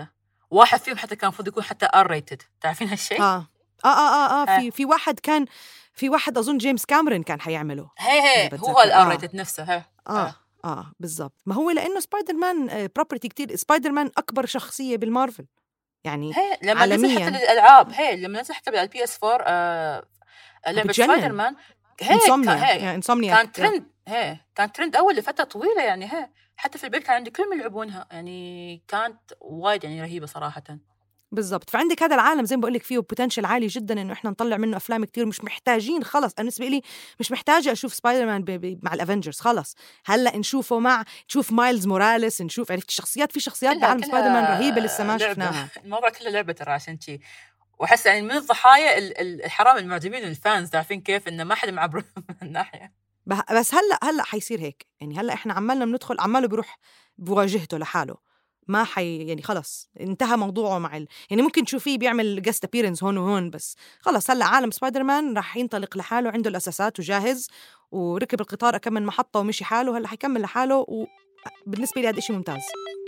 S3: واحد فيهم حتى كان المفروض يكون حتى ار ريتد، تعرفين هالشيء؟
S4: اه اه اه اه, آه. في في واحد كان في واحد اظن جيمس كاميرون كان حيعمله،
S3: هي هي هو الار ريتد نفسه. هي
S4: اه اه, آه بالضبط. ما هو لانه سبايدر مان بروبرتي كتير، سبايدر مان اكبر شخصيه بالمارفل يعني
S3: هي لما
S4: عالميا.
S3: نزل حتى الالعاب، هي لما نزل حتى بالبي اس فور آه لعبه سبايدر مان، هي
S4: انسومنيا
S3: كان هي
S4: يعني انسومنيا
S3: كان ترند، هي كان ترند اول لفتره طويله يعني. هي حتى في البيت كان عندي كل من يلعبونها يعني، كانت وايد يعني رهيبه صراحه.
S4: بالضبط. فعندك هذا العالم زي ما بقول لك فيه بوتنشل عالي جدا انه احنا نطلع منه افلام كتير، مش محتاجين خلص. انا بالنسبه لي مش محتاجه اشوف سبايدر مان ب... ب... مع الافنجرز، خلص هلا نشوفه مع تشوف مايلز موراليس، نشوف عرفت الشخصيات، في شخصيات بعالم سبايدر مان رهيبه لسه ما شفناها.
S3: الموضوع كله لعبه ترى عشان شيء. واحس يعني من الضحايا الحرام المعجبين الفانز، عارفين كيف انه ما حدا معبر من الناحيه.
S4: بس هلا هلا حيصير هيك يعني، هلا احنا عمالنا بندخل عماله بيروح بواجهته لحاله، ما حي يعني خلص انتهى موضوعه مع ال... يعني ممكن تشوفيه بيعمل جست ابيرنس هون وهون، بس خلص هلا عالم سبايدر مان راح ينطلق لحاله، عنده الاساسات وجاهز، وركب القطار كم من محطه ومشي حاله، هلا حيكمل لحاله، وبالنسبه لي هذا شيء ممتاز.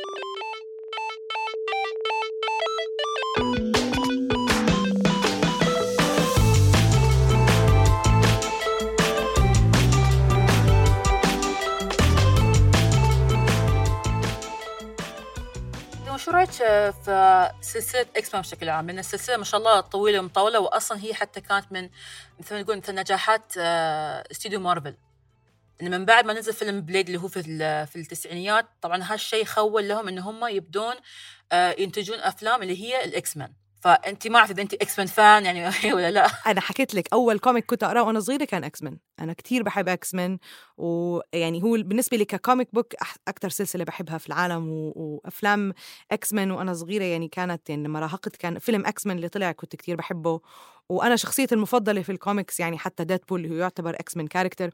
S3: شو رايك في سلسلة إكس مان بشكل عام؟ لأن السلسلة ما شاء الله طويلة ومطولة، وأصلا هي حتى كانت من مثل ما نقول مثل نجاحات استوديو مارفل، إن من بعد ما نزل فيلم بليد اللي هو في في التسعينيات، طبعا هالشيء خول لهم إن هم يبدون ينتجون أفلام اللي هي الإكس مان. فأنت ما أعرف إذا أنت إكس مان فان يعني ولا لا.
S4: أنا حكيت لك أول كوميك كنت أقرأه وأنا صغيرة كان إكس مان، أنا كتير بحب إكس مان، ويعني هو بالنسبة لي ككوميك بوك أكتر سلسلة بحبها في العالم، و... وأفلام إكس مان وأنا صغيرة يعني كانت يعني لما راهقت كان فيلم إكس مان اللي طلع كنت كتير بحبه، وأنا شخصيتي المفضلة في الكوميكس يعني حتى ديدبول هو يعتبر إكس مان كاركتر.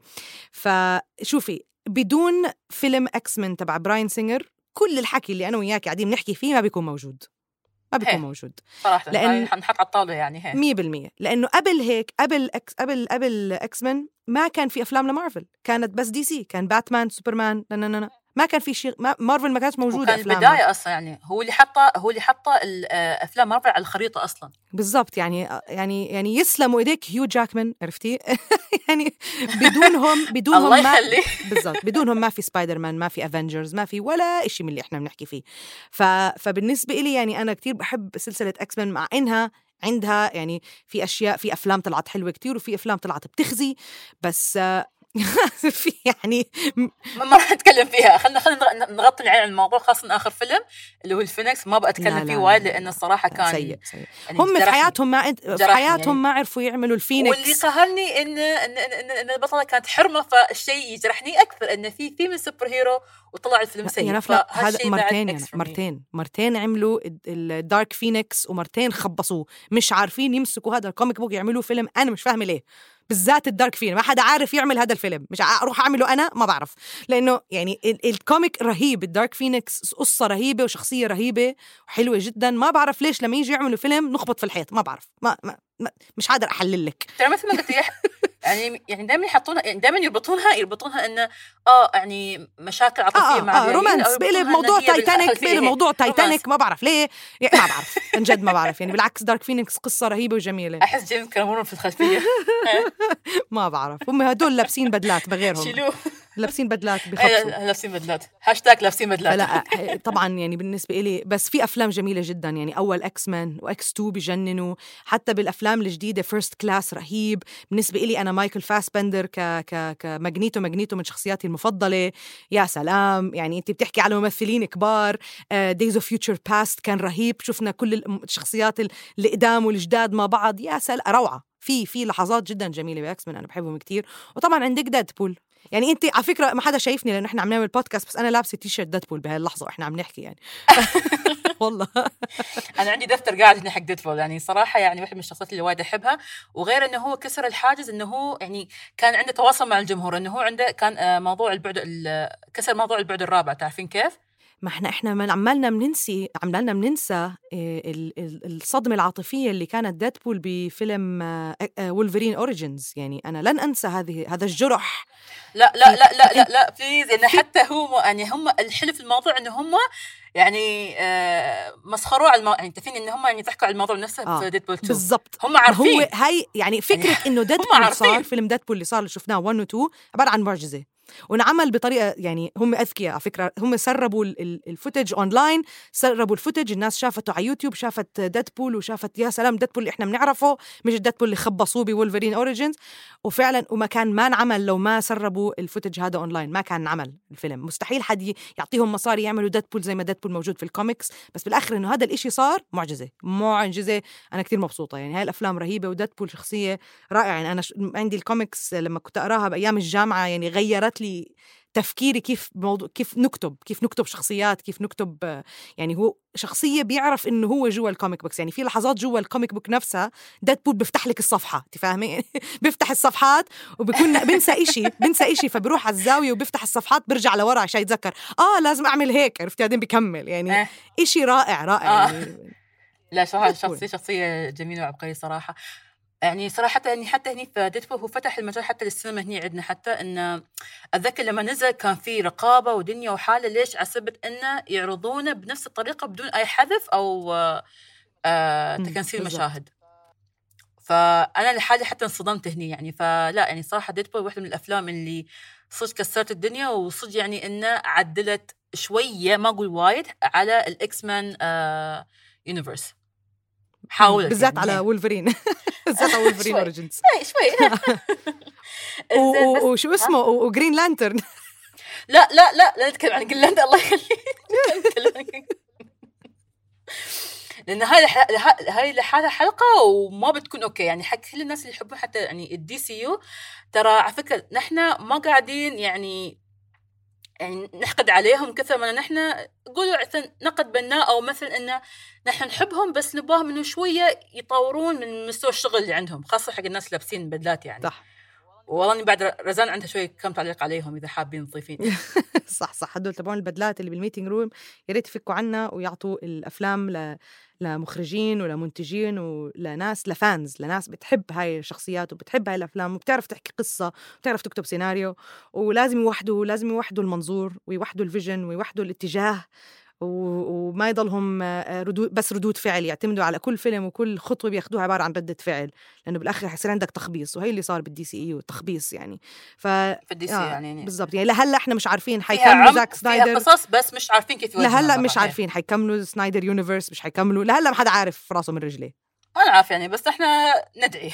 S4: فشوفي بدون فيلم إكس مان تبع براين سينجر كل الحكي اللي أنا وياك قاعدين بنحكي فيه ما بيكون موجود، ما بيكون هي. موجود
S3: صراحة، لأن حنحط على الطاولة يعني هي
S4: مية بالمية. لأنه قبل هيك قبل أكس قبل قبل إكس مان ما كان في أفلام لمارفل، كانت بس دي سي، كان باتمان سوبرمان، لا لا لا ما كان في شيء، مارفل ما كانت موجودة.
S3: كان البداية أصلا يعني هو اللي حطه هو اللي حطه الأفلام مارفل على الخريطة أصلا.
S4: بالضبط يعني يعني يعني يسلموا إيديك هيو جاكمان، عرفتي يعني بدونهم بدونهم
S3: الله
S4: ما
S3: يخليه
S4: بالضبط بدونهم ما في سبايدر مان، ما في افنجرز، ما في ولا إشي من اللي إحنا بنحكي فيه. ف فبالنسبة إلي يعني أنا كتير بحب سلسلة إكس مان، مع إنها عندها يعني في أشياء، في أفلام طلعت حلوة كتير وفي أفلام طلعت بتخزي، بس في يعني
S3: ما راح نتكلم فيها. خلنا خلنا نغطي العين على الموضوع، خاصة آخر فيلم اللي هو الفينيكس ما بقى أتكلم فيه وايد لأن الصراحة كان
S4: سيء سيء.
S3: يعني
S4: هم في حياتهم ما في حياتهم
S3: يعني.
S4: ما عرفوا يعملوا الفينيكس.
S3: واللي قهرني إن إن إن, إن البطلة كانت حرمة، فالشيء يجرحني أكثر إن في في من سوبر هيرو وطلع الفيلم سيء.
S4: يعني هذا مرتين يعني مرتين مرتين عملوا الدارك فينيكس ومرتين خبصوه، مش عارفين يمسكوا هذا الكوميك بوك يعملوا فيلم. أنا مش فاهمة ليه بالذات الدارك فين ما حدا عارف يعمل هذا الفيلم، مش اروح اعمله انا ما بعرف، لانه يعني الكوميك رهيب، الدارك فينيكس قصه رهيبه وشخصيه رهيبه وحلوه جدا، ما بعرف ليش لما يجي يعملوا فيلم نخبط في الحيط، ما بعرف ما, ما, ما مش قادر احلل لك.
S3: ترى مثل ما قلت يعني يعني دائما يحطونها يعني دائما يربطونها يربطونها انه اه يعني مشاكل عاطفيه
S4: آه
S3: مع
S4: آه رومانس بقلب موضوع تايتانيك، بقلب موضوع تايتانيك ما بعرف ليه يعني ما بعرف عن جد ما بعرف يعني بالعكس دارك فينيكس قصه رهيبه وجميله.
S3: احس جيمس كاميرون في الخلفيه
S4: ما بعرف، هم هدول لابسين بدلات بغيرهم
S3: شيلوه
S4: لابسين بدلات بيخبصوا
S3: لابسين بدلات هاشتاج لابسين بدلات.
S4: لا طبعا يعني بالنسبه إلي بس في افلام جميله جدا يعني اول اكس مان واكس تو بجننوا، حتى بالافلام الجديده فيرست كلاس رهيب بالنسبه إلي انا. مايكل فاسبندر ك ك كماجنيتو ماجنيتو من شخصياتي المفضله، يا سلام يعني انت بتحكي على ممثلين كبار. دايز اوف فيوتشر باست كان رهيب، شفنا كل الشخصيات اللي قدام والجداد مع بعض، يا سلام روعه. في في لحظات جدا جميله باكس مان انا بحبهم كتير. وطبعا عندك ديدبول، يعني انت على فكره ما حدا شايفني لانه احنا عم نعمل بودكاست، بس انا لابسه تي شيرت ديدبول بهاللحظه واحنا عم نحكي يعني والله
S3: انا عندي دفتر قاعد هنا حق ديدبول، يعني صراحه يعني واحد من الشخصيات اللي وايد احبها. وغير انه هو كسر الحاجز، انه هو يعني كان عنده تواصل مع الجمهور، انه هو عنده كان موضوع البعد، كسر موضوع البعد الرابع، تعرفين كيف؟
S4: ما احنا احنا من عمالنا بننسي عمالنا بننسى الصدمه العاطفيه اللي كانت ديدبول بفيلم وولفرين اوريجينز. يعني انا لن انسى هذه هذا الجرح.
S3: لا لا لا لا لا لا بليز، يعني حتى هو يعني هم الحلو في الموضوع انه هم يعني آه مسخروا على المو... يعني تفين ان هم يعني ضحكوا على الموضوع نفسه
S4: آه.
S3: في ديدبول تو
S4: بالضبط.
S3: هم عارفين
S4: هو هاي يعني فكره
S3: يعني
S4: انه
S3: هم
S4: ديدبول
S3: عارفين.
S4: صار فيلم ديدبول اللي صار اللي شفناه واحد و اثنين عباره عن معجزه، ونعمل بطريقه يعني هم اذكياء على فكره. هم سربوا الفوتج اونلاين، سربوا الفوتج، الناس شافته على يوتيوب، شافت ديدبول وشافت يا سلام ديدبول اللي احنا بنعرفه، مش الديدبول اللي خبصوه بولفرين اوريجينز. وفعلا وما كان ما انعمل لو ما سربوا الفوتج هذا اونلاين، ما كان عمل الفيلم. مستحيل حد يعطيهم مصاري يعملوا ديدبول زي ما ديدبول موجود في الكوميكس، بس بالاخر انه هذا الاشي صار معجزه معجزه. انا كتير مبسوطه يعني، هاي الافلام رهيبه، وديدبول شخصيه رائعه يعني. انا ش... عندي الكوميكس لما كنت اقراها بايام الجامعه يعني غيرت لي تفكيري كيف موضوع كيف نكتب كيف نكتب شخصيات، كيف نكتب يعني. هو شخصية بيعرف إنه هو جوا الكوميك بوكس، يعني في لحظات جوا الكوميك بوك نفسها ديدبول بيفتح لك الصفحة، تفهمي؟ بيفتح الصفحات وبيكون بنسى إشي بنسى إشي فبروح على الزاوية وبيفتح الصفحات برجع لورا عشان يتذكر آه لازم أعمل هيك، عرفتي؟ بعدين بيكمل يعني. إشي رائع رائع
S3: آه.
S4: يعني.
S3: لا صراحة شخصية شخصية جميلة وعبقرية صراحة يعني. صراحة يعني حتى هني في ديدبول هو فتح المجال حتى للسينما هني عندنا، حتى إنه أتذكر لما نزل كان في رقابة ودنيا وحالة، ليش عسبت إنه يعرضونه بنفس الطريقة بدون أي حذف أو آه تكنسيل مشاهد. فأنا لحالي حتى انصدمت هني يعني. فلا يعني صراحة ديدبول واحدة من الأفلام اللي صدق كسرت الدنيا، وصدق يعني إنه عدلت شوية ما أقول وايد على الإكس مان آه يونيفرس، حاولت
S4: بالذات
S3: يعني
S4: على وولفرين بالذات على وولفرين اوريجينز
S3: شوي
S4: وشو اسمه وجرين لانترن.
S3: لا لا لا لا نتكلم عن جرين لانترن الله يخليك لأن هاي هاي لحالها حلقة وما بتكون أوكي يعني حق كل الناس اللي يحبون حتى يعني الدي سي يو. ترى على فكرة نحن ما قاعدين يعني يعني نحقد عليهم كثر ما نحن نقولوا نقد بناء أو مثل إنه نحن نحبهم، بس نباهم إنه شوية يطورون من مستوى الشغل اللي عندهم، خاصة حق الناس لابسين بدلات يعني.
S4: صح.
S3: والله إني بعد رزان عندها شوية كم تعليق عليهم إذا حابين تضيفين.
S4: صح صح. هدول تبعون البدلات اللي بالميتينج روم يا ريت يفكوا عنا ويعطوا الأفلام ل لمخرجين ولمنتجين ولناس لفانز، لناس بتحب هاي الشخصيات وبتحب هاي الأفلام وبتعرف تحكي قصة وبتعرف تكتب سيناريو. ولازم يوحدوا لازم يوحدوا المنظور ويوحدوا الفيجن ويوحدوا الاتجاه، وما يضلهم ردود بس ردود فعل، يعتمدوا على كل فيلم وكل خطوة بياخدوها عبارة عن ردة فعل، لأنه بالآخر حيصير عندك تخبيص. وهي اللي صار بالدي سي إيو تخبيص يعني. ف
S3: في الدي سي
S4: آه
S3: يعني
S4: بالضبط يعني. لهلا احنا مش عارفين حيكملوا زاك سنايدر
S3: قصص، بس مش عارفين كيف يوجهوا.
S4: لهلا مش عارفين حيكملوا سنايدر يونيفرس مش حيكملوا. لهلا ما حدا عارف راسه من رجليه.
S3: ما نعرف يعني، بس احنا ندعي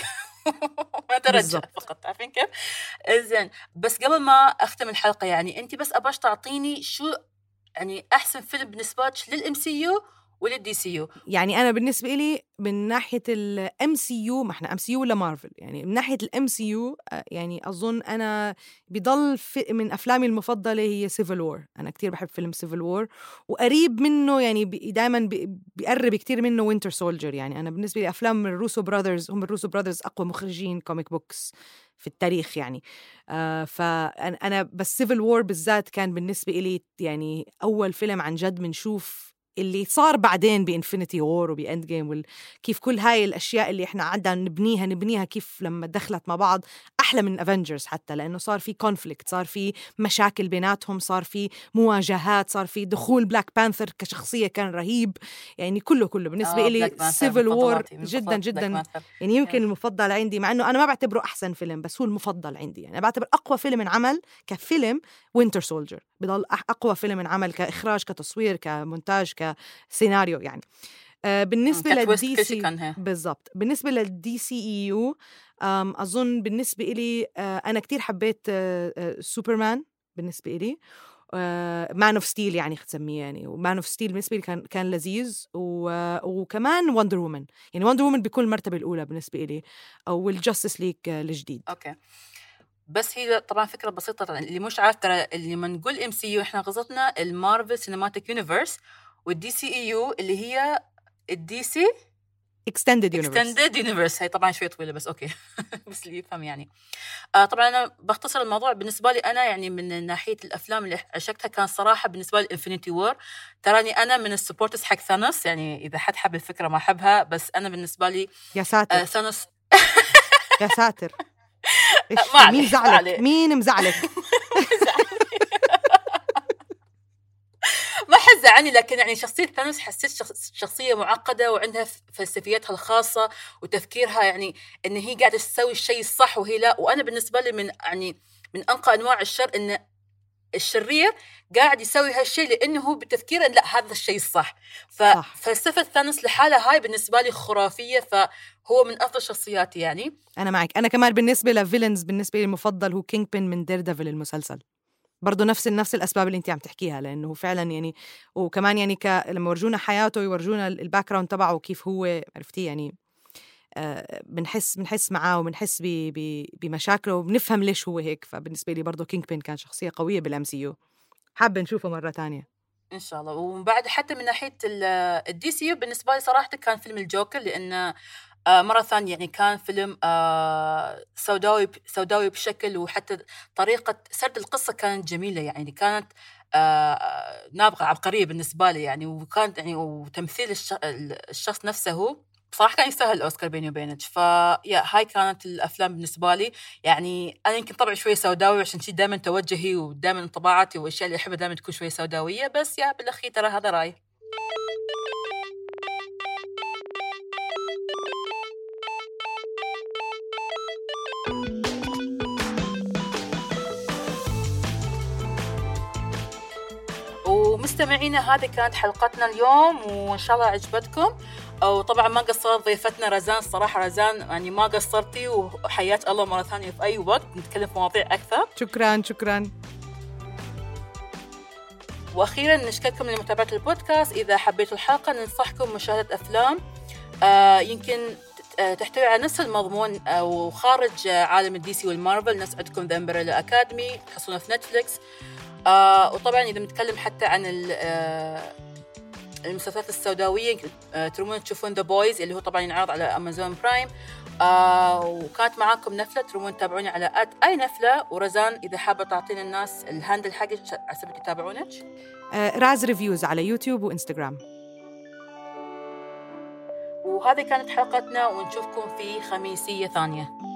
S3: ونترجى فقط. عارفين كيف؟ زين بس قبل ما أختم الحلقة يعني أنت بس أباش تعطيني شو يعني أحسن فيلم بالنسبة لك للإم سي يو وللدي سي يو.
S4: يعني أنا بالنسبة لي من ناحية الإم سي يو، ما إحنا إم سي يو ولا مارفل يعني، من ناحية الإم سي يو يعني أظن أنا بضل من أفلامي المفضلة هي سيفل وور. أنا كتير بحب فيلم سيفل وور، وقريب منه يعني دائما بيقرب كتير منه وينتر سولجر. يعني أنا بالنسبة لي أفلام الروسو براذرز، هم الروسو براذرز أقوى مخرجين كوميك بوكس في التاريخ يعني. آه فأنا بس سيفل وور بالذات كان بالنسبة لي يعني أول فيلم عن جد منشوف اللي صار بعدين بإنفينيتي وور وبإند جيم، كيف كل هاي الأشياء اللي إحنا قعدنا نبنيها نبنيها كيف لما دخلت مع بعض أحلى من أفنجرز، حتى لأنه صار في كونفليكت، صار في مشاكل بيناتهم، صار في مواجهات، صار في دخول بلاك بانثر كشخصية كان رهيب يعني. كله كله بالنسبة لي سيفل وور جدا جدا يعني يمكن المفضل عندي، مع أنه أنا ما بعتبره أحسن فيلم بس هو المفضل عندي. يعني أنا بعتبر أقوى فيلم انعمل كفيلم وينتر سولجر، بضل أقوى فيلم انعمل كإخراج كتصوير كمونتاج كسيناريو يعني. آه بالنسبة للدي سي بالضبط، بالنسبة للدي سي إي يو أظن بالنسبة إلي آه أنا كتير حبيت آه آه سوبرمان بالنسبة إلي، مان اوف ستيل يعني تسميه يعني، ومان اوف ستيل بالنسبة لي كان كان لذيذ، وكمان وندر وومن يعني وندر وومن بيكون المرتبة الأولى بالنسبة لي، أو الجاستس ليج الجديد.
S3: أوكي بس هي طبعا فكرة بسيطة اللي مش عارف، ترى اللي ما نقول ام سي يو احنا قصدنا المارفل سينماتيك يونيفرس، والدي سي اي يو اللي هي الدي سي
S4: extended universe.
S3: extended universe هي طبعا شوية طويلة بس أوكي بس اللي يفهم يعني. آه طبعا أنا بختصر الموضوع بالنسبة لي أنا يعني من ناحية الأفلام اللي عشقتها كان صراحة بالنسبة لي Infinity War. تراني أنا من السبورتس حق ثانوس يعني، إذا حد حب الفكرة ما حبها، بس أنا بالنسبة لي
S4: يا ساتر
S3: آه ثانوس
S4: يا ساتر مين زعلك؟ مين مزعلك؟
S3: ما حد عني، لكن يعني شخصية ثانوس حسيت شخص شخصية معقدة وعندها فلسفياتها الخاصة وتفكيرها، يعني إن هي قاعدة تسوي الشيء الصح وهي لا. وأنا بالنسبة لي من يعني من أنقى أنواع الشر إن الشرير قاعد يسوي هالشيء لأنه هو بتفكيره لا هذا الشيء الصح. ففلسفة ثانوس لحالها هاي بالنسبة لي خرافية، فهو من أفضل شخصياتي. يعني
S4: أنا معك. أنا كمان بالنسبة لفيلنز بالنسبة لي المفضل هو كينج بين من دير ديفل المسلسل، برضو نفس نفس الأسباب اللي أنت عم تحكيها، لأنه فعلا يعني وكمان يعني ك... لما ورجونا حياته يورجونا الباك جراوند تبعه وكيف هو عرفتي يعني آه بنحس بنحس معاه وبنحس ب... ب... بمشاكله وبنفهم ليش هو هيك. فبالنسبة لي برضو كينج بين كان شخصية قوية بالام سي يو، حابة نشوفه مرة تانية
S3: إن شاء الله. وبعد حتى من ناحية الدي سي يو بالنسبة لي صراحة كان فيلم الجوكر، لأن آه مرة ثانية يعني كان فيلم آه سوداوي سوداوي بشكل، وحتى طريقة سرد القصة كانت جميلة، يعني كانت آه نابغة عبقرية بالنسبة لي يعني. وكانت يعني وتمثيل الشخص نفسه بصراحة كان يستاهل الأوسكار بيني وبينك. فيا هاي كانت الأفلام بالنسبة لي. يعني أنا يمكن طبعا شوية سوداوي عشان شي دائما توجهي ودائما انطباعاتي والأشياء اللي أحبها دائما تكون شوية سوداوية، بس يا بالأخير ترى هذا رأيي. ومستمعينا هذه كانت حلقتنا اليوم وإن شاء الله عجبتكم. وطبعا ما قصرت ضيفتنا رزان، صراحة رزان يعني ما قصرتي، وحياة الله مرة ثانية في أي وقت نتكلم في مواضيع أكثر.
S4: شكرا شكرا.
S3: وأخيرا نشكركم لمتابعة البودكاست. إذا حبيتوا الحلقة ننصحكم مشاهدة أفلام آه يمكن تحتوي على نفس المضمون أو خارج عالم الدي سي والمارفل. نسعدكم ذا أمبريلا أكاديمي تحصلونه في نتفليكس. آه وطبعا إذا بنتكلم حتى عن آه المسلسلات السوداوية آه ترمون تشوفون ذا بويز اللي هو طبعا ينعرض على أمازون برايم. آه وكانت معاكم نفلة، ترمون تتابعوني على آت أي نفلة. ورزان إذا حابة تعطينا الناس الهاندل حقك عشان يتابعونك.
S4: آه راز ريفيوز على يوتيوب وإنستغرام.
S3: وهذه كانت حلقتنا ونشوفكم في خميسية ثانية.